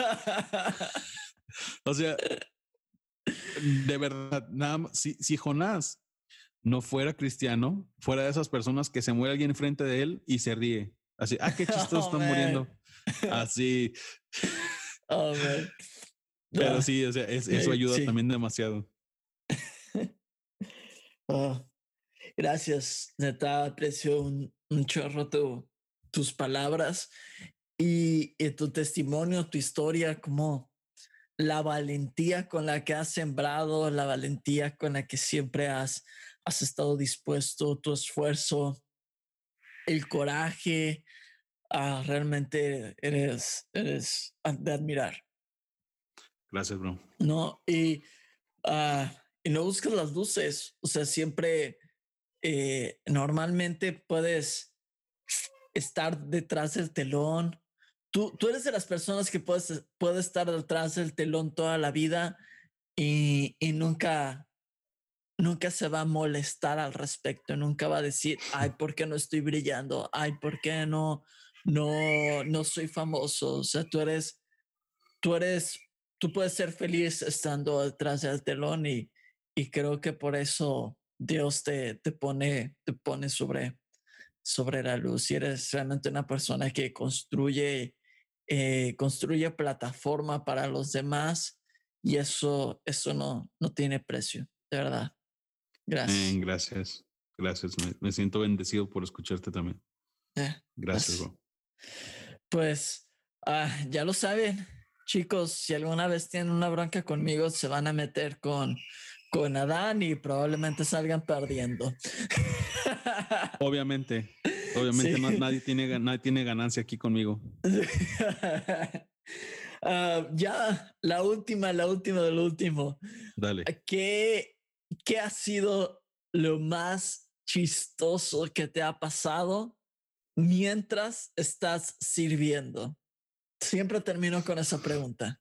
O sea, de verdad, nada más, si, si Jonás no fuera cristiano, fuera de esas personas que se muere alguien enfrente de él y se ríe. Así, ah, qué chistoso, oh, están man. muriendo. Así.
Oh, man.
Pero sí, o sea, es, eso ayuda sí. también demasiado.
Oh. Gracias, neta, aprecio un, un chorro tu, tus palabras y, y tu testimonio, tu historia, como la valentía con la que has sembrado, la valentía con la que siempre has, has estado dispuesto, tu esfuerzo, el coraje, ah, realmente eres, eres de admirar,
Gracias, bro.
¿no? Y, ah, y no buscas las luces, o sea, siempre, eh, normalmente puedes estar detrás del telón. Tú, tú eres de las personas que puedes, puedes estar detrás del telón toda la vida y, y nunca, nunca se va a molestar al respecto, nunca va a decir, ay, ¿por qué no estoy brillando? Ay, ¿por qué no, no, no soy famoso? O sea, tú eres, tú eres, tú puedes ser feliz estando detrás del telón y, y creo que por eso Dios te, te pone, te pone sobre, sobre la luz y eres realmente una persona que construye, eh, construye plataforma para los demás y eso, eso no, no tiene precio, de verdad.
Eh,
Gracias.
gracias. Gracias. Me, me siento bendecido por escucharte también.
Eh,
Gracias,
gracias.
bro.
Pues ah, ya lo saben, chicos, si alguna vez tienen una bronca conmigo, se van a meter con, con Adán y probablemente salgan perdiendo.
Obviamente, obviamente no,
Sí.
nadie, tiene, nadie tiene ganancia aquí conmigo.
Uh, ya, la última, la última del último.
Dale.
¿Qué, ¿Qué ha sido lo más chistoso que te ha pasado mientras estás sirviendo? Siempre termino con esa pregunta.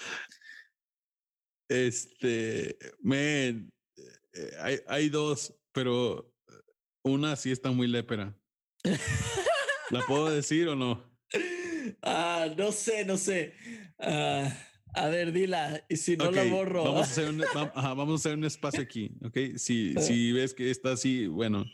Este, man, eh, hay, hay dos, pero una sí está muy lépera. ¿La puedo decir o no?
Ah, no sé, no sé. Ah, a ver, dila. Y si no
Ok,
la borro.
vamos a hacer un, va- ajá, vamos a hacer un espacio aquí. Ok, si, si ves que está así, bueno.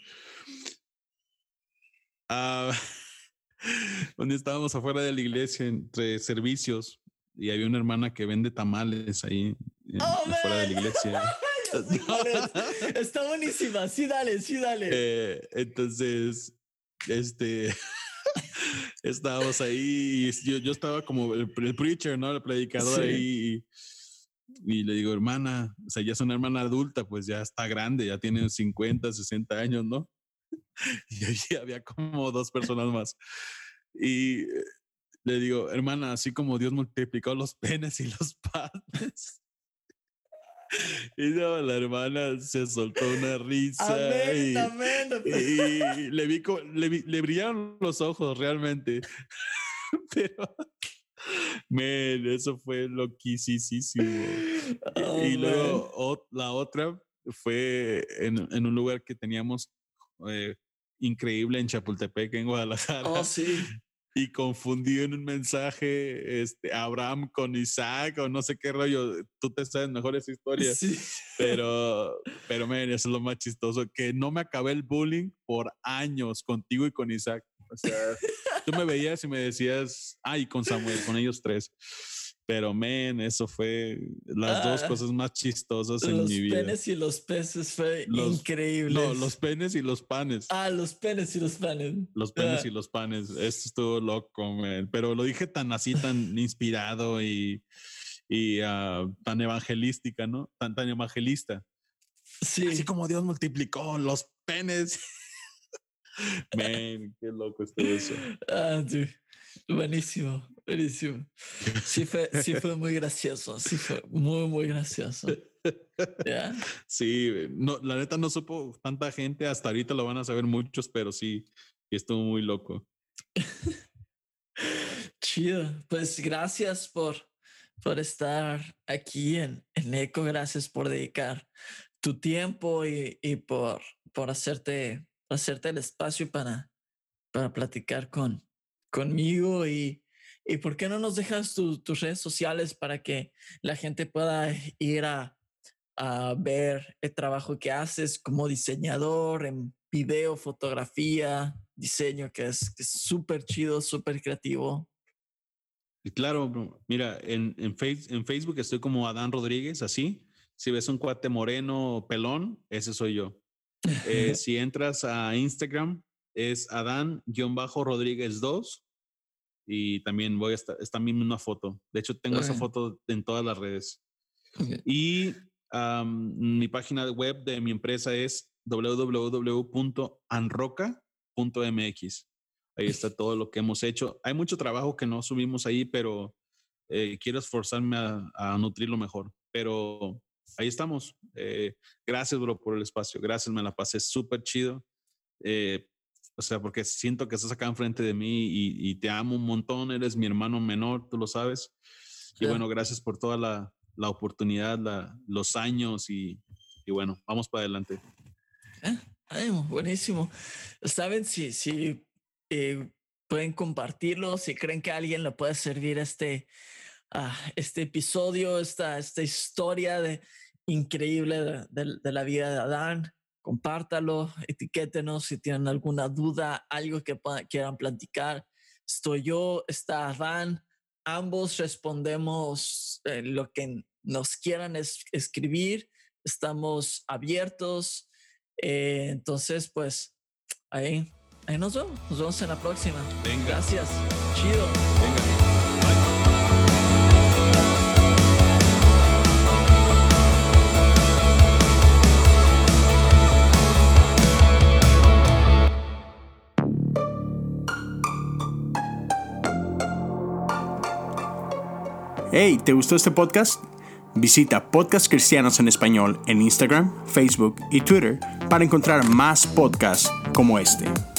Ah, un día estábamos afuera de la iglesia entre servicios y había una hermana que vende tamales ahí en-
Oh,
afuera de la
man.
iglesia.
Ya sé cuál es. Está buenísima. Sí, dale, sí, dale.
Eh, entonces, este, estábamos ahí y yo, yo estaba como el, el preacher, ¿no? El predicador
Sí.
ahí y, y le digo, hermana, o sea, ya es una hermana adulta, pues ya está grande, ya tiene cincuenta, sesenta años, ¿no? Y ahí había como dos personas más. Y eh, le digo, hermana, así como Dios multiplicó los penes y los panes. Y no, la hermana se soltó una risa
Amén,
y,
amén.
y le, vi, le, vi, le brillaron los ojos realmente. Pero, man, eso fue loquísimo.
Oh,
Y, y
man.
luego o, la otra fue en, en un lugar que teníamos eh, increíble en Chapultepec, en
Oh,
Guadalajara,
sí.
y confundí en un mensaje este, Abraham con Isaac o no sé qué rollo. Tú te sabes mejor esa historia,
Sí.
pero, pero, man, eso es lo más chistoso, que no me acabé el bullying por años contigo y con Isaac. O sea, tú me veías y me decías, ay, ah, con Samuel, con ellos tres. Pero, man, eso fue las dos
Ah,
cosas más chistosas en
los
mi vida.
penes y los peces fue
Los, no, los
increíbles.
penes y los panes.
Ah, los penes y los panes.
Los penes
Ah,
y los panes. Esto estuvo loco, man. Pero lo dije tan así, tan inspirado y, y uh, tan evangelística, ¿no? Tan, tan evangelista. Así
sí.
como Dios multiplicó los penes. Man, qué loco estuvo eso.
Ah, dude. Buenísimo, buenísimo. Sí fue, sí fue muy gracioso. Sí fue muy, muy gracioso. ¿Ya?
Sí, no, la neta no supo tanta gente. Hasta ahorita lo van a saber muchos, pero sí, estuvo muy loco.
Chido. Pues gracias por, por estar aquí en, en Eco. Gracias por dedicar tu tiempo y, y por, por hacerte, hacerte el espacio para, para platicar con, conmigo y, y por qué no nos dejas tu, tus redes sociales para que la gente pueda ir a, a ver el trabajo que haces como diseñador en video, fotografía, diseño, que es súper chido, súper creativo.
Y claro, bro, mira, en, en, face, en Facebook estoy como Adán Rodríguez, así. Si ves un cuate moreno pelón, ese soy yo. Eh, si entras a Instagram, es Adán-Rodríguez dos. Y también voy a estar, está mi misma foto. De hecho, tengo okay. esa foto en todas las redes. Okay. Y um, mi página web de mi empresa es doble u doble u doble u punto anroca punto m x. Ahí está todo lo que hemos hecho. Hay mucho trabajo que no subimos ahí, pero eh, quiero esforzarme a, a nutrirlo mejor. Pero ahí estamos. Eh, gracias, bro, por el espacio. Gracias, me la pasé súper chido. Eh, O sea, porque siento que estás acá enfrente de mí y, y te amo un montón. Eres mi hermano menor, tú lo sabes. Y yeah. bueno, gracias por toda la, la oportunidad, la, los años y, y bueno, vamos para adelante.
Eh, ay, buenísimo. ¿Saben si, si eh, pueden compartirlo? Si creen que a alguien le puede servir este, uh, este episodio, esta, esta historia de, increíble de, de, de la vida de Adán. Compártalo, etiquétenos si tienen alguna duda, algo que puedan, quieran platicar. Estoy yo, está Adán. Ambos respondemos eh, lo que nos quieran es, escribir. Estamos abiertos. Eh, entonces, pues, ahí, ahí nos vemos. Nos vemos en la próxima.
Venga.
Gracias. Chido.
Venga.
Hey, ¿te gustó este podcast? Visita Podcast Cristianos en Español en Instagram, Facebook y Twitter para encontrar más podcasts como este.